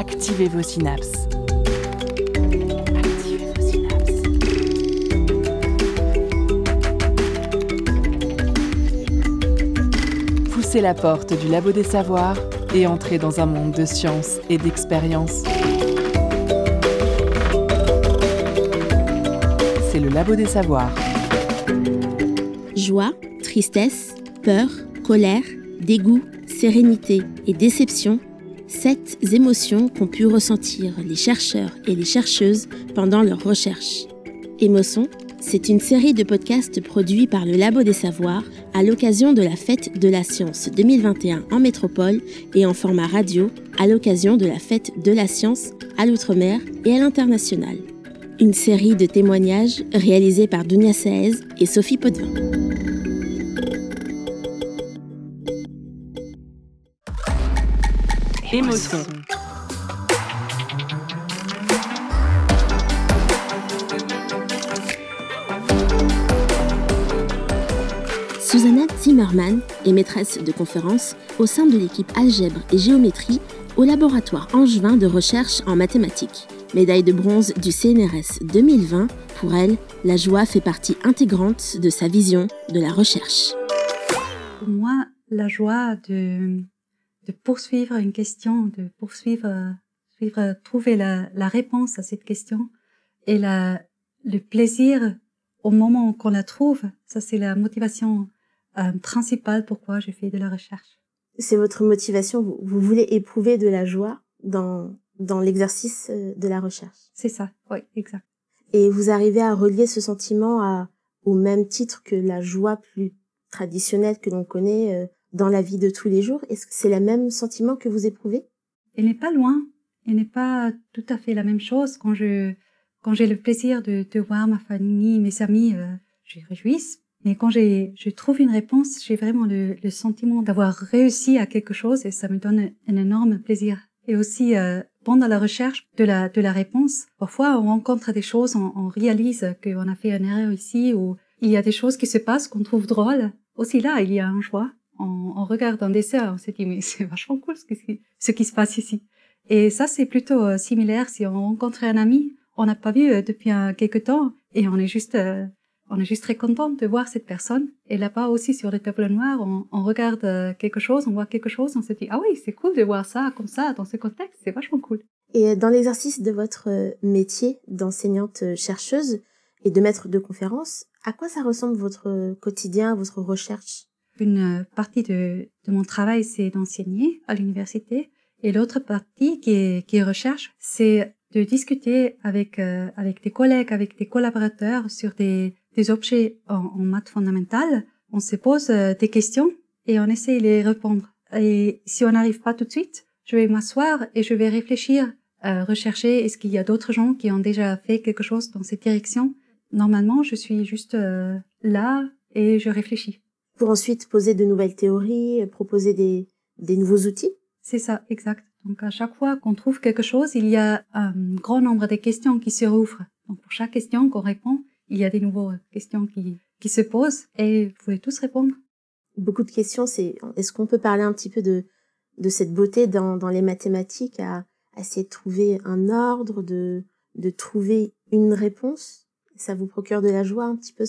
Activez vos synapses. Activez vos synapses. Poussez la porte du Labo des Savoirs et entrez dans un monde de science et d'expérience. C'est le Labo des Savoirs. Joie, tristesse, peur, colère, dégoût, sérénité et déception, 7 émotions qu'ont pu ressentir les chercheurs et les chercheuses pendant leurs recherches. Émotion, c'est une série de podcasts produits par le Labo des Savoirs à l'occasion de la Fête de la Science 2021 en métropole et en format radio à l'occasion de la Fête de la Science à l'outre-mer et à l'international. Une série de témoignages réalisés par Dounia Saez et Sophie Potvin. Émotion. Susanna Zimmermann est maîtresse de conférences au sein de l'équipe Algèbre et Géométrie au laboratoire angevin de recherche en mathématiques. Médaille de bronze du CNRS 2020, pour elle, la joie fait partie intégrante de sa vision de la recherche. Pour moi, la joie de poursuivre une question, de trouver la réponse à cette question et le plaisir au moment qu'on la trouve, ça c'est la motivation principale pourquoi je fais de la recherche. C'est votre motivation, vous voulez éprouver de la joie dans l'exercice de la recherche. C'est ça, oui, exact. Et vous arrivez à relier ce sentiment au même titre que la joie plus traditionnelle que l'on connaît dans la vie de tous les jours. Est-ce que c'est le même sentiment que vous éprouvez? Elle n'est pas loin, elle n'est pas tout à fait la même chose. Quand j'ai le plaisir de voir ma famille, mes amis, je me réjouis. Mais quand je trouve une réponse, j'ai vraiment le sentiment d'avoir réussi à quelque chose et ça me donne un énorme plaisir. Et aussi, pendant la recherche de la réponse, parfois on rencontre des choses, on réalise qu'on a fait une erreur ici ou il y a des choses qui se passent qu'on trouve drôles. Aussi là, il y a un joie. On regarde un dessin, on se dit mais c'est vachement cool ce qui se passe ici. Et ça c'est plutôt similaire si on rencontre un ami, on n'a pas vu depuis quelque temps et on est juste très content de voir cette personne. Et là-bas aussi sur le tableau noir, on regarde quelque chose, on voit quelque chose, on se dit ah oui c'est cool de voir ça comme ça dans ce contexte, c'est vachement cool. Et dans l'exercice de votre métier d'enseignante chercheuse et de maître de conférence, à quoi ça ressemble votre quotidien, votre recherche? Une partie de mon travail, c'est d'enseigner à l'université. Et l'autre partie qui est recherche, c'est de discuter avec des collègues, avec des collaborateurs sur des objets en maths fondamentales. On se pose des questions et on essaie de les répondre. Et si on n'arrive pas tout de suite, je vais m'asseoir et je vais réfléchir, rechercher est-ce qu'il y a d'autres gens qui ont déjà fait quelque chose dans cette direction. Normalement, je suis juste là et je réfléchis. Pour ensuite poser de nouvelles théories, proposer des nouveaux outils? C'est ça, exact. Donc, à chaque fois qu'on trouve quelque chose, il y a un grand nombre de questions qui se rouvrent. Donc, pour chaque question qu'on répond, il y a des nouvelles questions qui se posent et vous pouvez tous répondre. Beaucoup de questions, est-ce qu'on peut parler un petit peu de cette beauté dans les mathématiques à essayer de trouver un ordre, de trouver une réponse? Ça vous procure de la joie un petit peu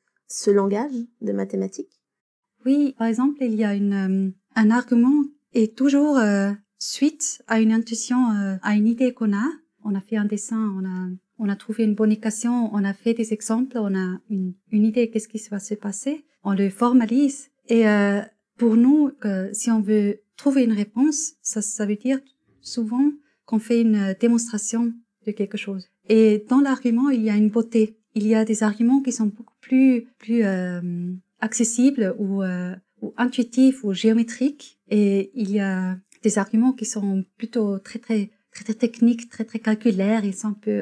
ce langage de mathématiques? Oui, par exemple, il y a un argument est toujours suite à une intuition, à une idée qu'on a. On a fait un dessin, on a trouvé une bonne équation, on a fait des exemples, on a une idée qu'est-ce qui va se passer. On le formalise et pour nous, si on veut trouver une réponse, ça veut dire souvent qu'on fait une démonstration de quelque chose. Et dans l'argument, il y a une beauté. Il y a des arguments qui sont beaucoup plus accessibles ou intuitifs ou géométriques et il y a des arguments qui sont plutôt très techniques, très calculaires, ils sont un peu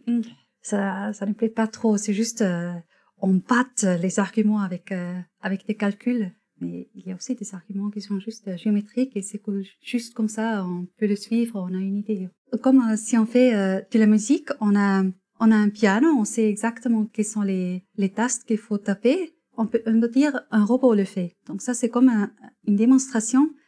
ça ne plaît pas trop, c'est juste on pâte les arguments avec des calculs, mais il y a aussi des arguments qui sont juste géométriques et c'est que juste comme ça on peut le suivre, on a une idée. Comme si on fait de la musique, on a un piano, on sait exactement quelles sont les tastes qu'il faut taper. On peut dire un robot le fait. Donc ça, c'est comme une démonstration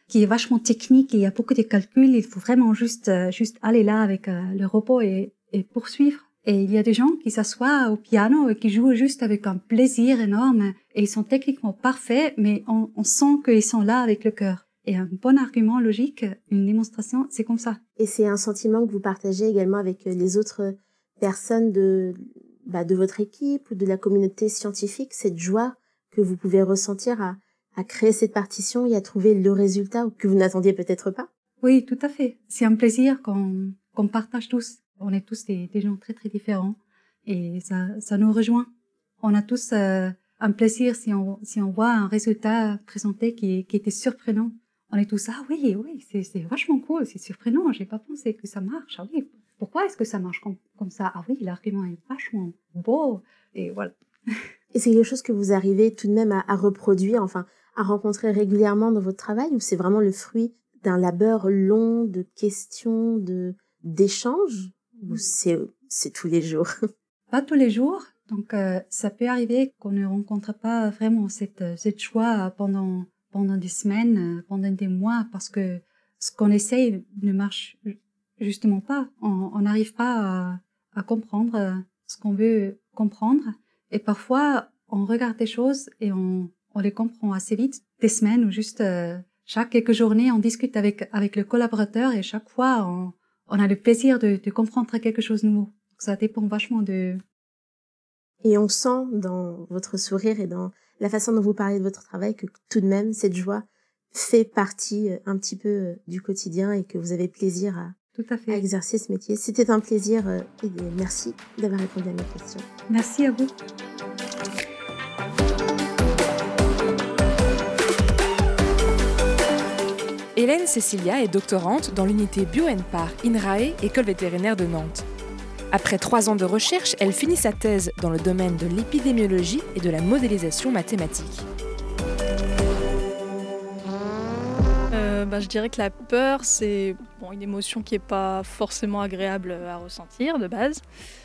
qui est vachement technique. Il y a beaucoup de calculs. Il faut vraiment juste aller là avec le robot et poursuivre. Et il y a des gens qui s'assoient au piano et qui jouent juste avec un plaisir énorme. Et ils sont techniquement parfaits, mais on sent qu'ils sont là avec le cœur. Et un bon argument logique, une démonstration, c'est comme ça. Et c'est un sentiment que vous partagez également avec les autres personnes de votre équipe ou de la communauté scientifique, cette joie que vous pouvez ressentir à créer cette partition et à trouver le résultat que vous n'attendiez peut-être pas? Oui, tout à fait. C'est un plaisir qu'on partage tous. On est tous des gens très très différents et ça nous rejoint. On a tous un plaisir si on voit un résultat présenté qui était surprenant. On est tous oui, c'est vachement cool, c'est surprenant. J'ai pas pensé que ça marche. Ah oui, pourquoi est-ce que ça marche comme ça? Ah oui, l'argument est vachement beau et voilà. Et c'est quelque chose que vous arrivez tout de même à reproduire, enfin à rencontrer régulièrement dans votre travail, ou c'est vraiment le fruit d'un labeur long de questions, d'échanges, ou c'est tous les jours? Pas tous les jours, donc ça peut arriver qu'on ne rencontre pas vraiment cette joie pendant des semaines, pendant des mois, parce que ce qu'on essaye ne marche justement pas. On n'arrive pas à comprendre ce qu'on veut comprendre, et parfois on regarde des choses et on les comprend assez vite, des semaines ou juste chaque quelques journées, on discute avec le collaborateur et chaque fois on a le plaisir de comprendre quelque chose de nouveau. Donc, ça dépend vachement de... Et on sent dans votre sourire et dans la façon dont vous parlez de votre travail que tout de même, cette joie fait partie un petit peu du quotidien et que vous avez plaisir Tout à fait. à exercer ce métier. C'était un plaisir et merci d'avoir répondu à mes questions. Merci à vous. Hélène Cécilia est doctorante dans l'unité Bio-Par INRAE, École vétérinaire de Nantes. Après 3 ans de recherche, elle finit sa thèse dans le domaine de l'épidémiologie et de la modélisation mathématique. Je dirais que la peur, c'est une émotion qui n'est pas forcément agréable à ressentir de base.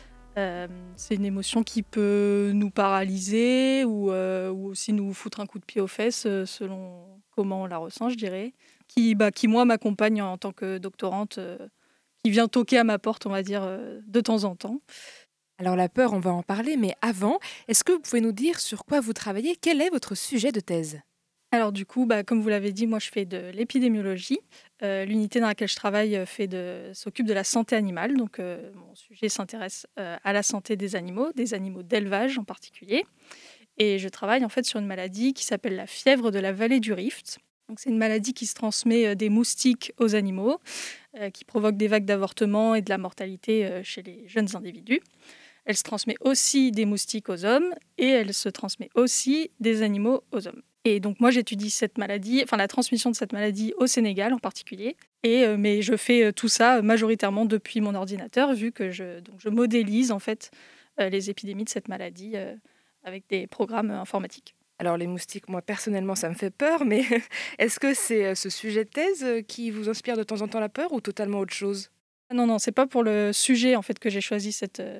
C'est une émotion qui peut nous paralyser ou aussi nous foutre un coup de pied aux fesses selon comment on la ressent, je dirais. Qui moi, m'accompagne en tant que doctorante, qui vient toquer à ma porte, on va dire, de temps en temps. Alors la peur, on va en parler, mais avant, est-ce que vous pouvez nous dire sur quoi vous travaillez? Quel est votre sujet de thèse? Alors du coup, comme vous l'avez dit, moi je fais de l'épidémiologie. L'unité dans laquelle je travaille s'occupe de la santé animale. Donc mon sujet s'intéresse à la santé des animaux d'élevage en particulier. Et je travaille en fait sur une maladie qui s'appelle la fièvre de la vallée du Rift. Donc, c'est une maladie qui se transmet des moustiques aux animaux, qui provoque des vagues d'avortement et de la mortalité chez les jeunes individus. Elle se transmet aussi des moustiques aux hommes et elle se transmet aussi des animaux aux hommes. Et donc moi j'étudie cette maladie, la transmission de cette maladie au Sénégal en particulier. Mais je fais tout ça majoritairement depuis mon ordinateur, vu que je modélise en fait les épidémies de cette maladie avec des programmes informatiques. Alors les moustiques, moi personnellement, ça me fait peur, mais est-ce que c'est ce sujet de thèse qui vous inspire de temps en temps la peur ou totalement autre chose? Non, c'est pas pour le sujet en fait que j'ai choisi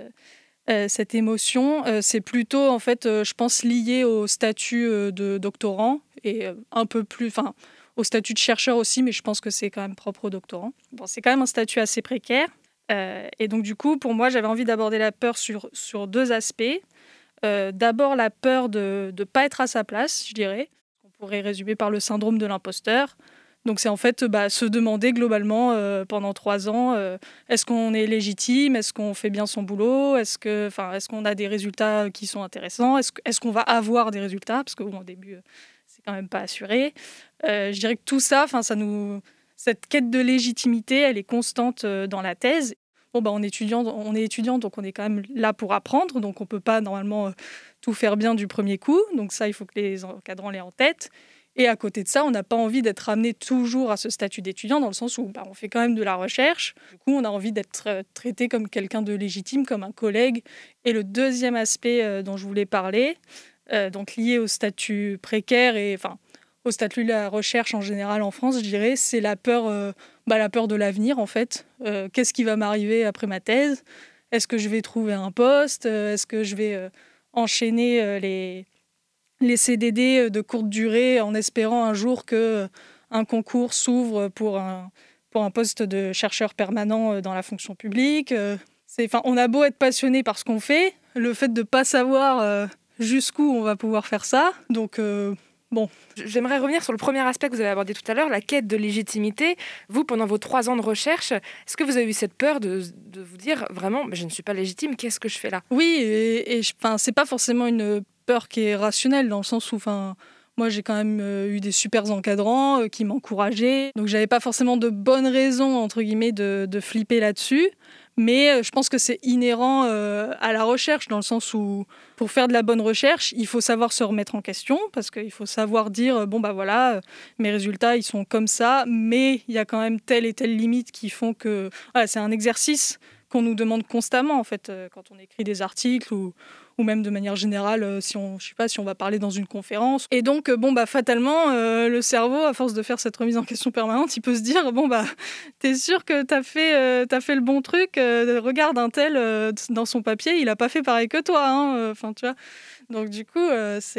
cette émotion. C'est plutôt en fait, je pense, lié au statut de doctorant et un peu plus, au statut de chercheur aussi, mais je pense que c'est quand même propre aux doctorants. Bon, c'est quand même un statut assez précaire. Et donc du coup, pour moi, j'avais envie d'aborder la peur sur 2 aspects. D'abord la peur de ne pas être à sa place, je dirais. On pourrait résumer par le syndrome de l'imposteur. Donc c'est en fait se demander globalement pendant 3 ans, est-ce qu'on est légitime, est-ce qu'on fait bien son boulot, est-ce qu'on a des résultats qui sont intéressants, est-ce qu'on va avoir des résultats, parce qu'au début c'est quand même pas assuré. Je dirais que tout ça, cette quête de légitimité, elle est constante dans la thèse. On est étudiant, donc on est quand même là pour apprendre, donc on ne peut pas normalement tout faire bien du premier coup. Donc ça, il faut que les encadrants l'aient en tête. Et à côté de ça, on n'a pas envie d'être ramené toujours à ce statut d'étudiant, dans le sens où on fait quand même de la recherche. Du coup, on a envie d'être traité comme quelqu'un de légitime, comme un collègue. Et le deuxième aspect dont je voulais parler, donc lié au statut précaire et au statut de la recherche en général en France, je dirais, c'est la peur de l'avenir, en fait. Qu'est-ce qui va m'arriver après ma thèse? Est-ce que je vais trouver un poste? Est-ce que je vais enchaîner les CDD de courte durée en espérant un jour qu'un un concours s'ouvre pour un poste de chercheur permanent dans la fonction publique. On a beau être passionné par ce qu'on fait, le fait de ne pas savoir jusqu'où on va pouvoir faire ça. Donc, bon. J'aimerais revenir sur le premier aspect que vous avez abordé tout à l'heure, la quête de légitimité. Vous, pendant vos 3 ans de recherche, est-ce que vous avez eu cette peur de vous dire vraiment, je ne suis pas légitime, qu'est-ce que je fais là ? Oui, et c'est pas forcément une peur qui est rationnelle, dans le sens où moi, j'ai quand même eu des super encadrants qui m'encourageaient. Donc, j'avais pas forcément de bonnes raisons, entre guillemets, de flipper là-dessus. Mais je pense que c'est inhérent à la recherche, dans le sens où, pour faire de la bonne recherche, il faut savoir se remettre en question, parce qu'il faut savoir dire, mes résultats, ils sont comme ça, mais il y a quand même telle et telle limite qui font que... Voilà, c'est un exercice qu'on nous demande constamment, en fait, quand on écrit des articles ou même de manière générale, si on va parler dans une conférence. Et donc, fatalement, le cerveau, à force de faire cette remise en question permanente, il peut se dire, t'es sûr que t'as fait le bon truc, regarde un tel, dans son papier, il a pas fait pareil que toi, hein, tu vois. Donc, du coup,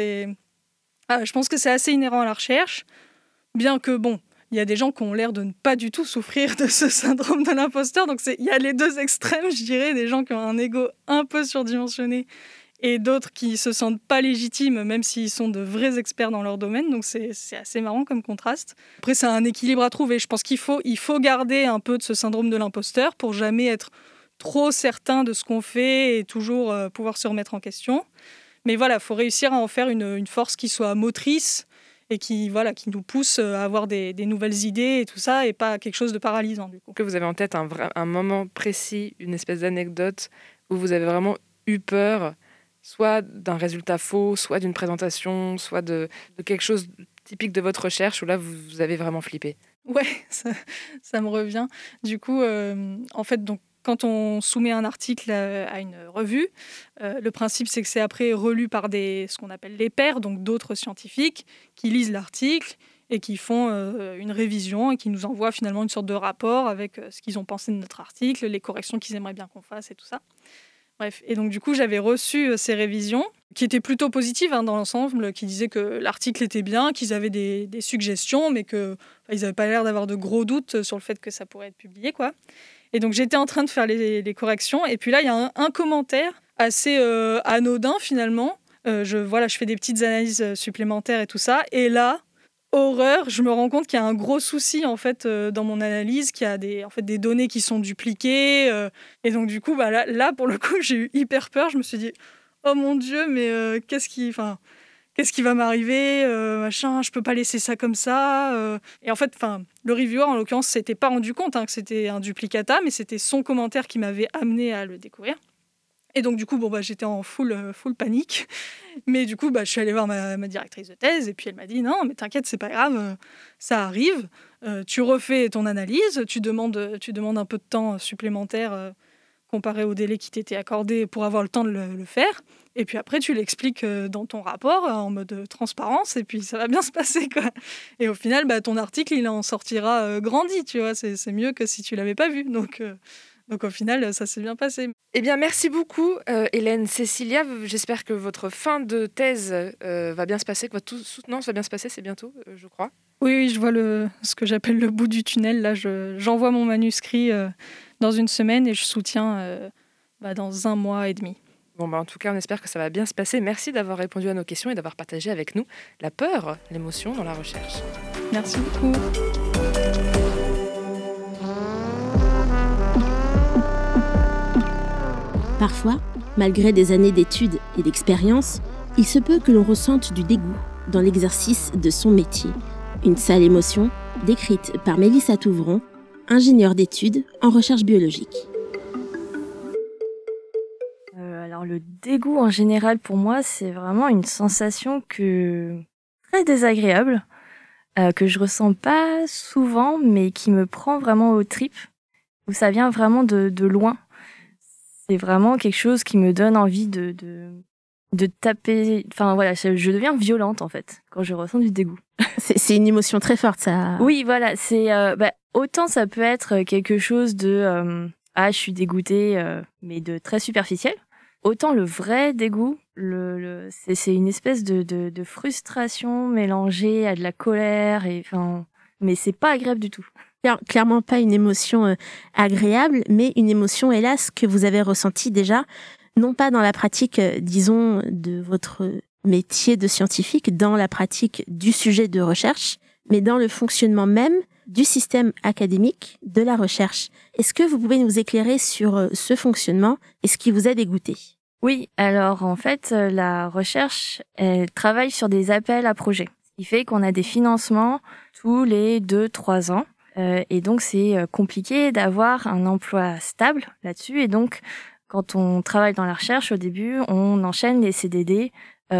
je pense que c'est assez inhérent à la recherche, bien que, il y a des gens qui ont l'air de ne pas du tout souffrir de ce syndrome de l'imposteur. Donc, il y a les deux extrêmes, je dirais, des gens qui ont un ego un peu surdimensionné et d'autres qui se sentent pas légitimes, même s'ils sont de vrais experts dans leur domaine. Donc, c'est assez marrant comme contraste. Après, c'est un équilibre à trouver. Je pense qu'il faut garder un peu de ce syndrome de l'imposteur pour jamais être trop certain de ce qu'on fait et toujours pouvoir se remettre en question. Mais voilà, il faut réussir à en faire une force qui soit motrice et qui nous pousse à avoir des nouvelles idées et tout ça, et pas quelque chose de paralysant, du coup. Que vous avez en tête un moment précis, une espèce d'anecdote où vous avez vraiment eu peur, soit d'un résultat faux, soit d'une présentation, soit de quelque chose typique de votre recherche, où là, vous avez vraiment flippé. Ouais, ça me revient. Du coup, en fait, donc, quand on soumet un article à une revue, le principe, c'est que c'est après relu par ce qu'on appelle les pairs, donc d'autres scientifiques, qui lisent l'article et qui font une révision et qui nous envoient finalement une sorte de rapport avec ce qu'ils ont pensé de notre article, les corrections qu'ils aimeraient bien qu'on fasse et tout ça. Bref, et donc du coup, j'avais reçu ces révisions qui étaient plutôt positives dans l'ensemble, qui disaient que l'article était bien, qu'ils avaient des suggestions, mais qu'ils n'avaient pas l'air d'avoir de gros doutes sur le fait que ça pourrait être publié, quoi. Et donc, j'étais en train de faire les corrections. Et puis là, il y a un commentaire assez anodin, finalement. Je fais des petites analyses supplémentaires et tout ça. Et là, horreur, je me rends compte qu'il y a un gros souci, en fait, dans mon analyse, qu'il y a des données qui sont dupliquées. Et donc, du coup, là, pour le coup, j'ai eu hyper peur. Je me suis dit, oh mon Dieu, mais qu'est-ce qui va m'arriver, je peux pas laisser ça comme ça. Et en fait, le reviewer, en l'occurrence, s'était pas rendu compte que c'était un duplicata, mais c'était son commentaire qui m'avait amené à le découvrir. Et donc, du coup, j'étais en full panique. Mais du coup, je suis allée voir ma directrice de thèse, et puis elle m'a dit, non, mais t'inquiète, c'est pas grave, ça arrive. Tu refais ton analyse, tu demandes un peu de temps supplémentaire comparé au délai qui t'était accordé pour avoir le temps de le faire. Et puis après, tu l'expliques dans ton rapport en mode transparence, et puis ça va bien se passer, quoi. Et au final, ton article, il en sortira grandi, tu vois. C'est mieux que si tu l'avais pas vu. Donc au final, ça s'est bien passé. Eh bien, merci beaucoup, Hélène Cécilia. J'espère que votre fin de thèse va bien se passer, que votre soutenance va bien se passer. C'est bientôt, je crois. Oui, je vois ce que j'appelle le bout du tunnel. Là, j'envoie mon manuscrit dans une semaine et je soutiens dans 1 mois et demi. Bon, en tout cas, on espère que ça va bien se passer. Merci d'avoir répondu à nos questions et d'avoir partagé avec nous la peur, l'émotion dans la recherche. Merci beaucoup. Parfois, malgré des années d'études et d'expérience, il se peut que l'on ressente du dégoût dans l'exercice de son métier. Une sale émotion décrite par Mélissa Touvron, ingénieure d'études en recherche biologique. Alors le dégoût en général pour moi, c'est vraiment une sensation très désagréable, que je ressens pas souvent, mais qui me prend vraiment aux tripes, où ça vient vraiment de loin. C'est vraiment quelque chose qui me donne envie de taper. Enfin voilà, je deviens violente en fait quand je ressens du dégoût. C'est une émotion très forte, ça. Oui, voilà, c'est autant ça peut être quelque chose de je suis dégoûtée, mais de très superficiel. Autant le vrai dégoût, c'est une espèce de frustration mélangée à de la colère et mais c'est pas agréable du tout. Clairement pas une émotion agréable, mais une émotion, hélas, que vous avez ressentie déjà, non pas dans la pratique, disons, de votre métier de scientifique, dans la pratique du sujet de recherche, mais dans le fonctionnement même du système académique de la recherche. Est-ce que vous pouvez nous éclairer sur ce fonctionnement et ce qui vous a dégoûté ? Oui, alors en fait, la recherche, elle travaille sur des appels à projets. Ce qui fait qu'on a des financements tous les 2-3 ans. Et donc, c'est compliqué d'avoir un emploi stable là-dessus. Et donc, quand on travaille dans la recherche, au début, on enchaîne les CDD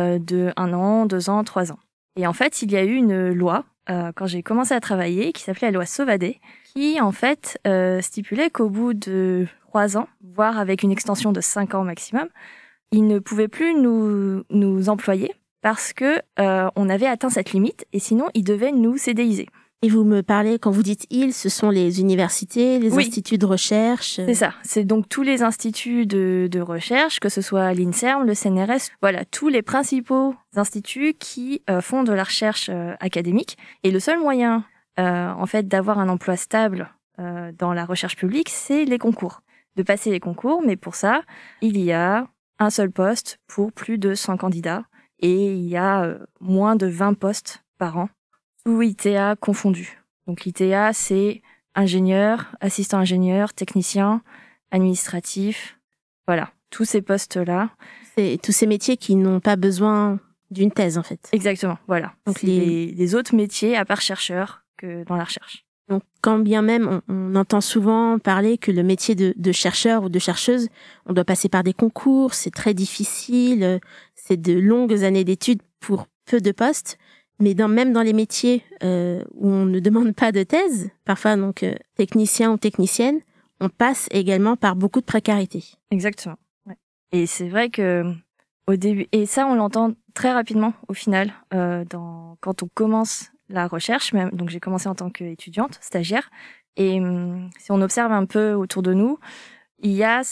de 1 an, 2 ans, 3 ans. Et en fait, il y a eu une loi, quand j'ai commencé à travailler, qui s'appelait la loi Sauvadet, qui, en fait, stipulait qu'au bout de 3 ans, voire avec une extension de 5 ans maximum, ils ne pouvaient plus nous employer parce que on avait atteint cette limite et sinon, ils devaient nous CDIser. Et vous me parlez, quand vous dites « ils », ce sont les universités, les instituts de recherche. C'est ça. C'est donc tous les instituts de recherche, que ce soit l'INSERM, le CNRS, voilà, tous les principaux instituts qui font de la recherche académique. Et le seul moyen, en fait, d'avoir un emploi stable dans la recherche publique, c'est les concours. De passer les concours, mais pour ça, il y a un seul poste pour plus de 100 candidats et il y a moins de 20 postes par an. Tout ITA confondu. Donc l'ITA, c'est ingénieur, assistant ingénieur, technicien, administratif, voilà, tous ces postes-là. C'est tous ces métiers qui n'ont pas besoin d'une thèse, en fait. Exactement, voilà. Donc c'est les autres métiers, à part chercheur, que dans la recherche. Donc quand bien même on entend souvent parler que le métier de chercheur ou de chercheuse, on doit passer par des concours, c'est très difficile, c'est de longues années d'études pour peu de postes. Mais même dans les métiers où on ne demande pas de thèse, parfois donc technicien ou technicienne, on passe également par beaucoup de précarité. Exactement. Ouais. Et c'est vrai que au début, et ça on l'entend très rapidement au final, quand on commence la recherche. Même, donc j'ai commencé en tant qu'étudiante, stagiaire, et si on observe un peu autour de nous, il y a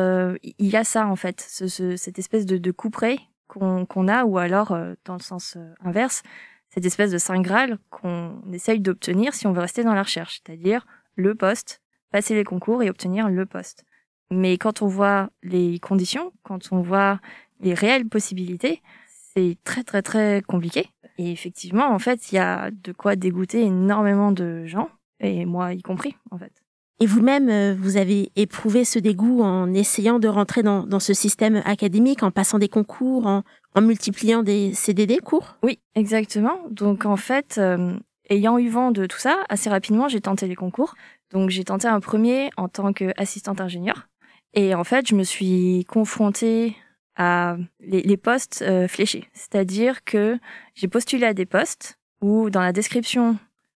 ça en fait, cette espèce de couperet qu'on a, ou alors dans le sens inverse, cette espèce de saint graal qu'on essaye d'obtenir si on veut rester dans la recherche, c'est-à-dire le poste, passer les concours et obtenir le poste. Mais quand on voit les conditions, quand on voit les réelles possibilités, c'est très très très compliqué. Et effectivement, en fait, il y a de quoi dégoûter énormément de gens, et moi y compris, en fait. Et vous-même, vous avez éprouvé ce dégoût en essayant de rentrer dans ce système académique, en passant des concours, en multipliant des CDD courts ? Oui, exactement. Donc en fait, ayant eu vent de tout ça, assez rapidement, j'ai tenté les concours. Donc j'ai tenté un premier en tant qu'assistante ingénieure. Et en fait, je me suis confrontée à les postes fléchés. C'est-à-dire que j'ai postulé à des postes où dans la description,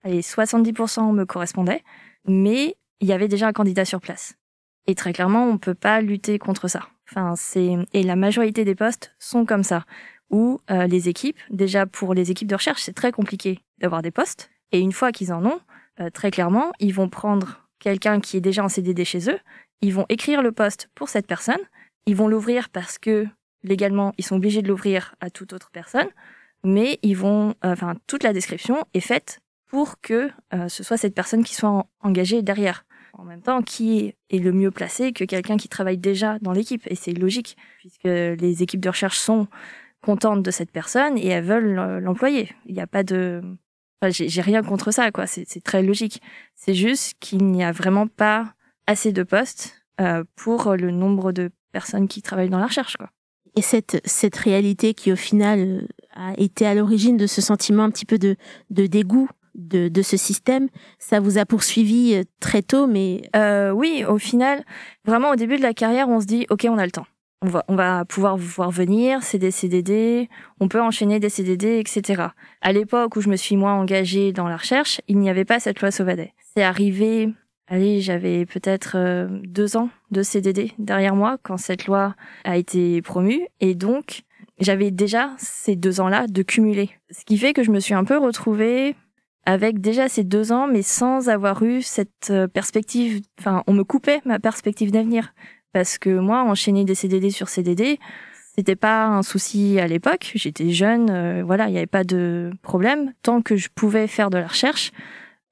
70% me correspondaient, mais il y avait déjà un candidat sur place. Et très clairement, on peut pas lutter contre ça. Et la majorité des postes sont comme ça, où les équipes, déjà pour les équipes de recherche, c'est très compliqué d'avoir des postes. Et une fois qu'ils en ont, très clairement, ils vont prendre quelqu'un qui est déjà en CDD chez eux, ils vont écrire le poste pour cette personne, ils vont l'ouvrir parce que légalement, ils sont obligés de l'ouvrir à toute autre personne, mais toute la description est faite pour que ce soit cette personne qui soit engagée derrière. En même temps, qui est le mieux placé que quelqu'un qui travaille déjà dans l'équipe ? Et c'est logique, puisque les équipes de recherche sont contentes de cette personne et elles veulent l'employer. Il n'y a pas de... j'ai rien contre ça, quoi. C'est très logique. C'est juste qu'il n'y a vraiment pas assez de postes pour le nombre de personnes qui travaillent dans la recherche, quoi. Et cette réalité qui, au final, a été à l'origine de ce sentiment un petit peu de dégoût de ce système, ça vous a poursuivi très tôt, mais... Oui, au final, vraiment au début de la carrière, on se dit, ok, on a le temps. On va pouvoir vous voir venir, c'est des CDD, on peut enchaîner des CDD, etc. À l'époque où je me suis moi engagée dans la recherche, il n'y avait pas cette loi Sauvadet. C'est arrivé, j'avais peut-être 2 ans de CDD derrière moi quand cette loi a été promue, et donc j'avais déjà ces 2 ans-là de cumuler. Ce qui fait que je me suis un peu retrouvée avec déjà ces 2 ans, mais sans avoir eu cette perspective, on me coupait ma perspective d'avenir. Parce que moi, enchaîner des CDD sur CDD, c'était pas un souci à l'époque. J'étais jeune, il n'y avait pas de problème. Tant que je pouvais faire de la recherche,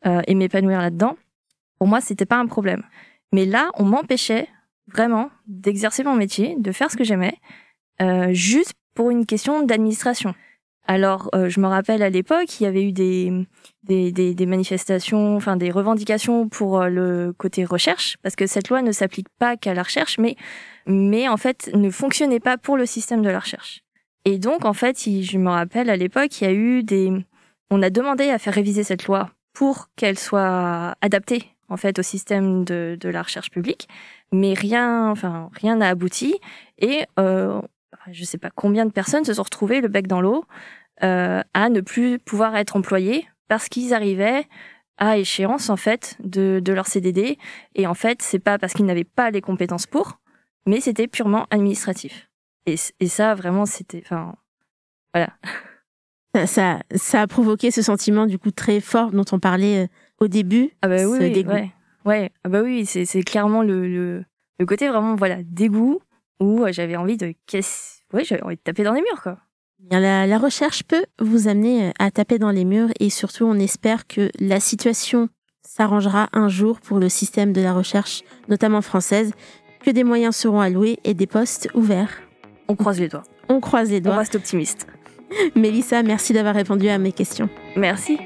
et m'épanouir là-dedans, pour moi, c'était pas un problème. Mais là, on m'empêchait vraiment d'exercer mon métier, de faire ce que j'aimais, juste pour une question d'administration. Alors, je me rappelle à l'époque, il y avait eu des manifestations, enfin des revendications pour le côté recherche, parce que cette loi ne s'applique pas qu'à la recherche, mais en fait ne fonctionnait pas pour le système de la recherche. Et donc, en fait, je me rappelle à l'époque, il y a eu on a demandé à faire réviser cette loi pour qu'elle soit adaptée en fait au système de la recherche publique, mais rien n'a abouti. Et je sais pas combien de personnes se sont retrouvées le bec dans l'eau à ne plus pouvoir être employés parce qu'ils arrivaient à échéance en fait de leur CDD. Et en fait, c'est pas parce qu'ils n'avaient pas les compétences pour, mais c'était purement administratif. Et ça, vraiment, c'était... Enfin, voilà. Ça a provoqué ce sentiment, du coup, très fort dont on parlait au début. Ah bah oui, dégoût. Ouais. Ah bah oui, c'est clairement le côté vraiment, voilà, dégoût, où j'avais envie de taper dans les murs, quoi. Bien, la recherche peut vous amener à taper dans les murs et surtout, on espère que la situation s'arrangera un jour pour le système de la recherche, notamment française, que des moyens seront alloués et des postes ouverts. On croise les doigts. On croise les doigts. On reste optimiste. Mélissa, merci d'avoir répondu à mes questions. Merci.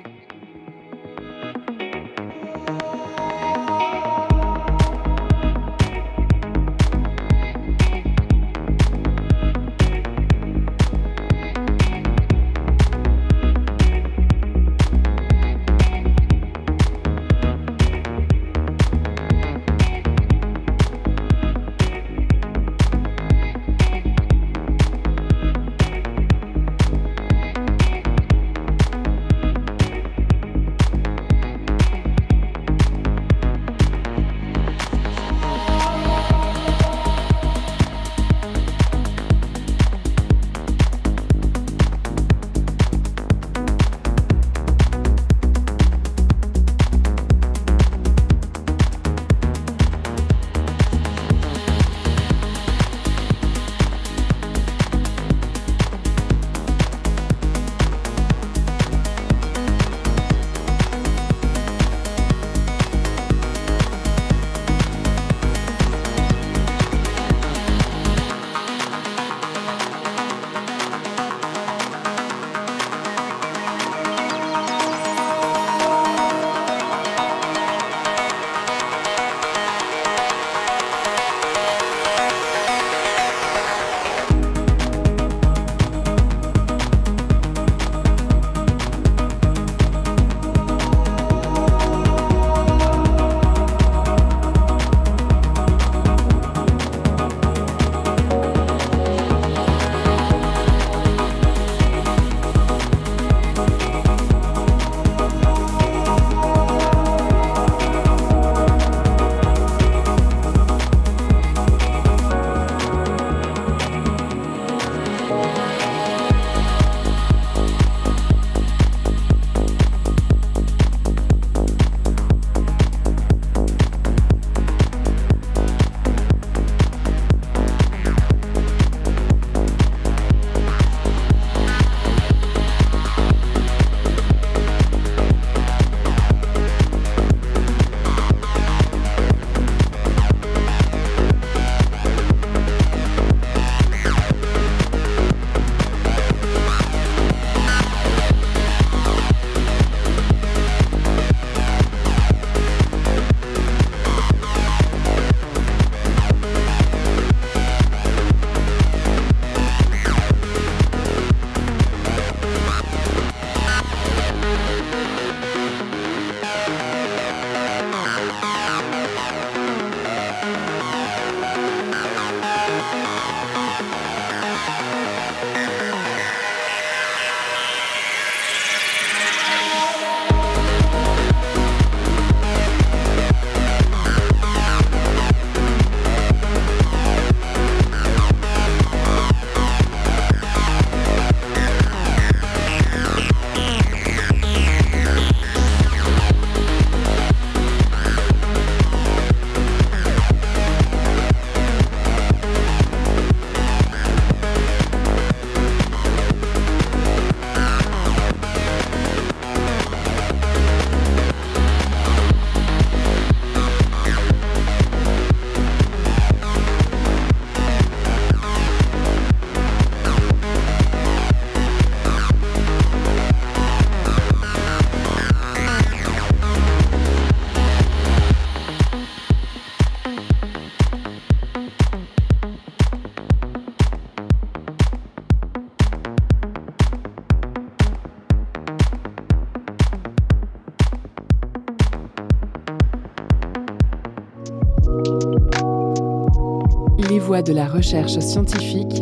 voix de la recherche scientifique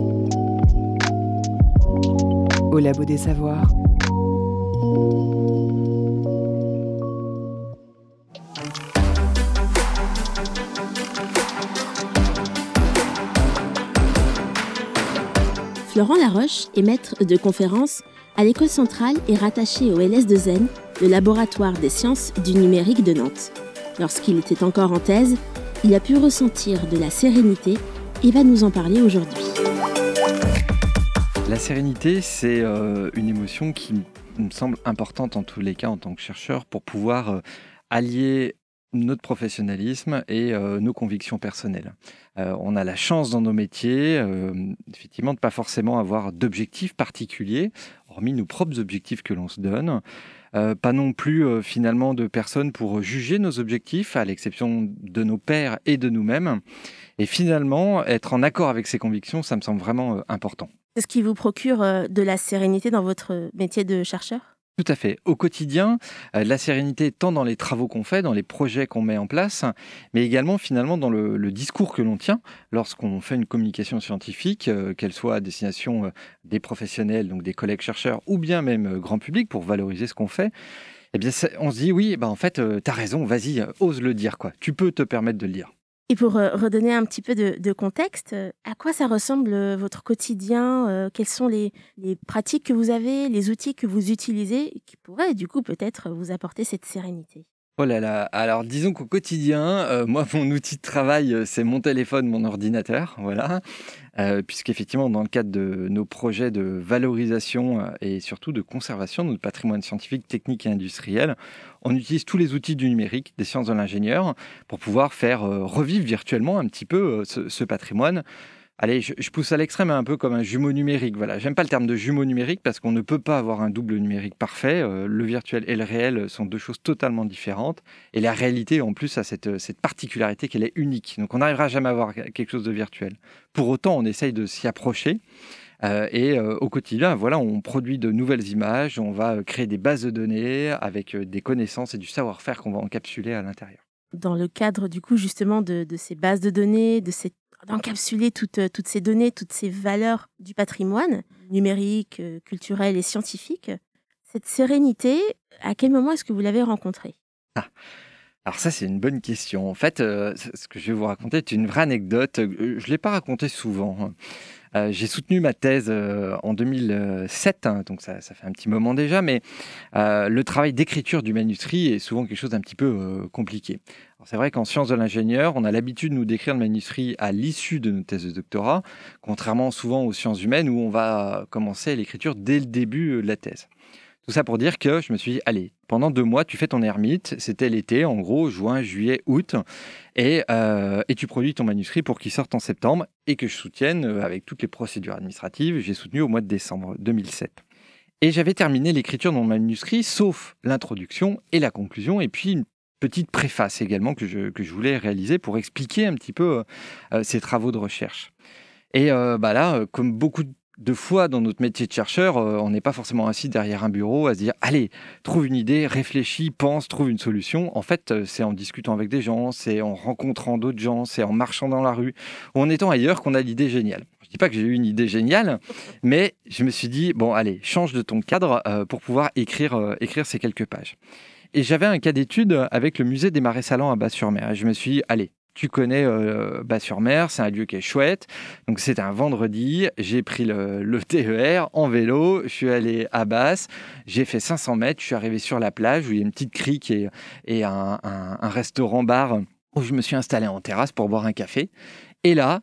au Labo des Savoirs. Florent Laroche est maître de conférences à l'École centrale et rattaché au LS2N, le laboratoire des sciences du numérique de Nantes. Lorsqu'il était encore en thèse, il a pu ressentir de la sérénité et va nous en parler aujourd'hui. La sérénité, c'est une émotion qui me semble importante en tous les cas en tant que chercheur pour pouvoir allier notre professionnalisme et nos convictions personnelles. On a la chance dans nos métiers, effectivement, de ne pas forcément avoir d'objectifs particuliers, hormis nos propres objectifs que l'on se donne. Pas non plus finalement de personnes pour juger nos objectifs, à l'exception de nos pairs et de nous-mêmes. Et finalement, être en accord avec ses convictions, ça me semble vraiment important. C'est ce qui vous procure de la sérénité dans votre métier de chercheur ? Tout à fait. Au quotidien, la sérénité tant dans les travaux qu'on fait, dans les projets qu'on met en place, mais également finalement dans le discours que l'on tient lorsqu'on fait une communication scientifique, qu'elle soit à destination des professionnels, donc des collègues chercheurs, ou bien même grand public pour valoriser ce qu'on fait. Eh bien, on se dit oui, en fait, t'as raison, vas-y, ose le dire, quoi. Tu peux te permettre de le dire. Et pour redonner un petit peu de contexte, à quoi ça ressemble votre quotidien ? Quelles sont les pratiques que vous avez, les outils que vous utilisez qui pourraient du coup peut-être vous apporter cette sérénité ? Oh là là, alors disons qu'au quotidien, moi mon outil de travail c'est mon téléphone, mon ordinateur, voilà, puisqu'effectivement dans le cadre de nos projets de valorisation et surtout de conservation de notre patrimoine scientifique, technique et industriel, on utilise tous les outils du numérique, des sciences de l'ingénieur, pour pouvoir faire revivre virtuellement un petit peu ce patrimoine. Allez, je pousse à l'extrême un peu comme un jumeau numérique. Voilà, j'aime pas le terme de jumeau numérique parce qu'on ne peut pas avoir un double numérique parfait. Le virtuel et le réel sont deux choses totalement différentes. Et la réalité, en plus, a cette particularité qu'elle est unique. Donc, on n'arrivera jamais à avoir quelque chose de virtuel. Pour autant, on essaye de s'y approcher. Au quotidien, voilà, on produit de nouvelles images. On va créer des bases de données avec des connaissances et du savoir-faire qu'on va encapsuler à l'intérieur. Dans le cadre, du coup, justement, de ces bases de données, d'encapsuler toutes ces données, toutes ces valeurs du patrimoine numérique, culturel et scientifique. Cette sérénité, à quel moment est-ce que vous l'avez rencontrée ? Alors ça, c'est une bonne question. En fait, ce que je vais vous raconter est une vraie anecdote. Je ne l'ai pas raconté souvent. J'ai soutenu ma thèse en 2007, donc ça fait un petit moment déjà, mais le travail d'écriture du manuscrit est souvent quelque chose d'un petit peu compliqué. Alors, c'est vrai qu'en sciences de l'ingénieur, on a l'habitude, nous, d'écrire le manuscrit à l'issue de nos thèses de doctorat, contrairement souvent aux sciences humaines où on va commencer l'écriture dès le début de la thèse. Tout ça pour dire que je me suis dit, allez, pendant 2 mois, tu fais ton ermite. C'était l'été, en gros, juin, juillet, août. Et tu produis ton manuscrit pour qu'il sorte en septembre et que je soutienne avec toutes les procédures administratives. J'ai soutenu au mois de décembre 2007. Et j'avais terminé l'écriture de mon manuscrit, sauf l'introduction et la conclusion, et puis une petite préface également que je voulais réaliser pour expliquer un petit peu ces travaux de recherche. Et là, comme beaucoup de fois dans notre métier de chercheur, on n'est pas forcément assis derrière un bureau à se dire « Allez, trouve une idée, réfléchis, pense, trouve une solution ». En fait, c'est en discutant avec des gens, c'est en rencontrant d'autres gens, c'est en marchant dans la rue, ou en étant ailleurs qu'on a l'idée géniale. Je ne dis pas que j'ai eu une idée géniale, mais je me suis dit « Bon, allez, change de ton cadre pour pouvoir écrire ces quelques pages ». Et j'avais un cas d'étude avec le musée des Marais Salants à Bas-sur-Mer. Et je me suis dit « Allez, tu connais Bas-sur-Mer, c'est un lieu qui est chouette. » Donc c'était un vendredi, j'ai pris le TER en vélo, je suis allé à Basse, j'ai fait 500 mètres, je suis arrivé sur la plage où il y a une petite crique et un restaurant-bar où je me suis installé en terrasse pour boire un café. Et là,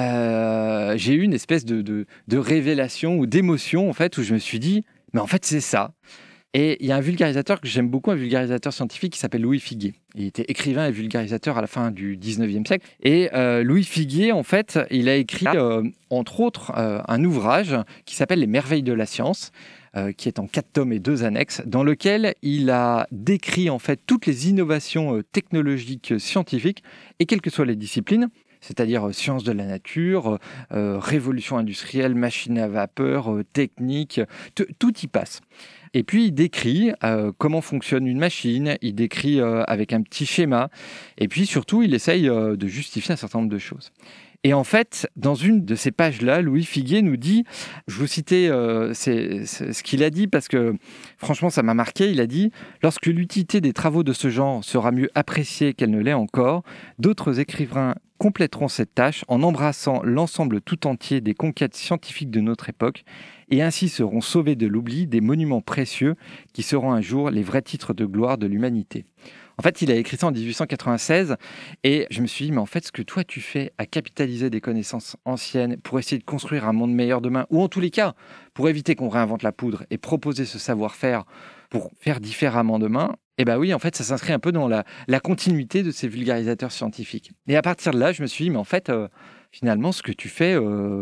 j'ai eu une espèce de révélation ou d'émotion en fait, où je me suis dit, mais en fait c'est ça. Et il y a un vulgarisateur que j'aime beaucoup, un vulgarisateur scientifique qui s'appelle Louis Figuier. Il était écrivain et vulgarisateur à la fin du 19e siècle. Et Louis Figuier, en fait, il a écrit, entre autres, un ouvrage qui s'appelle « Les merveilles de la science », qui est en 4 tomes et 2 annexes, dans lequel il a décrit, en fait, toutes les innovations technologiques scientifiques, et quelles que soient les disciplines, c'est-à-dire sciences de la nature, révolution industrielle, machine à vapeur, technique, tout y passe. Et puis, il décrit comment fonctionne une machine, il décrit avec un petit schéma, et puis surtout, il essaye de justifier un certain nombre de choses. Et en fait, dans une de ces pages-là, Louis Figuier nous dit, je vous citais ce qu'il a dit parce que franchement ça m'a marqué, il a dit « Lorsque l'utilité des travaux de ce genre sera mieux appréciée qu'elle ne l'est encore, d'autres écrivains compléteront cette tâche en embrassant l'ensemble tout entier des conquêtes scientifiques de notre époque et ainsi seront sauvés de l'oubli des monuments précieux qui seront un jour les vrais titres de gloire de l'humanité. » En fait, il a écrit ça en 1896 et je me suis dit, mais en fait, ce que toi tu fais à capitaliser des connaissances anciennes pour essayer de construire un monde meilleur demain, ou en tous les cas, pour éviter qu'on réinvente la poudre et proposer ce savoir-faire pour faire différemment demain, eh bien oui, en fait, ça s'inscrit un peu dans la continuité de ces vulgarisateurs scientifiques. Et à partir de là, je me suis dit, mais en fait, finalement, ce que tu fais,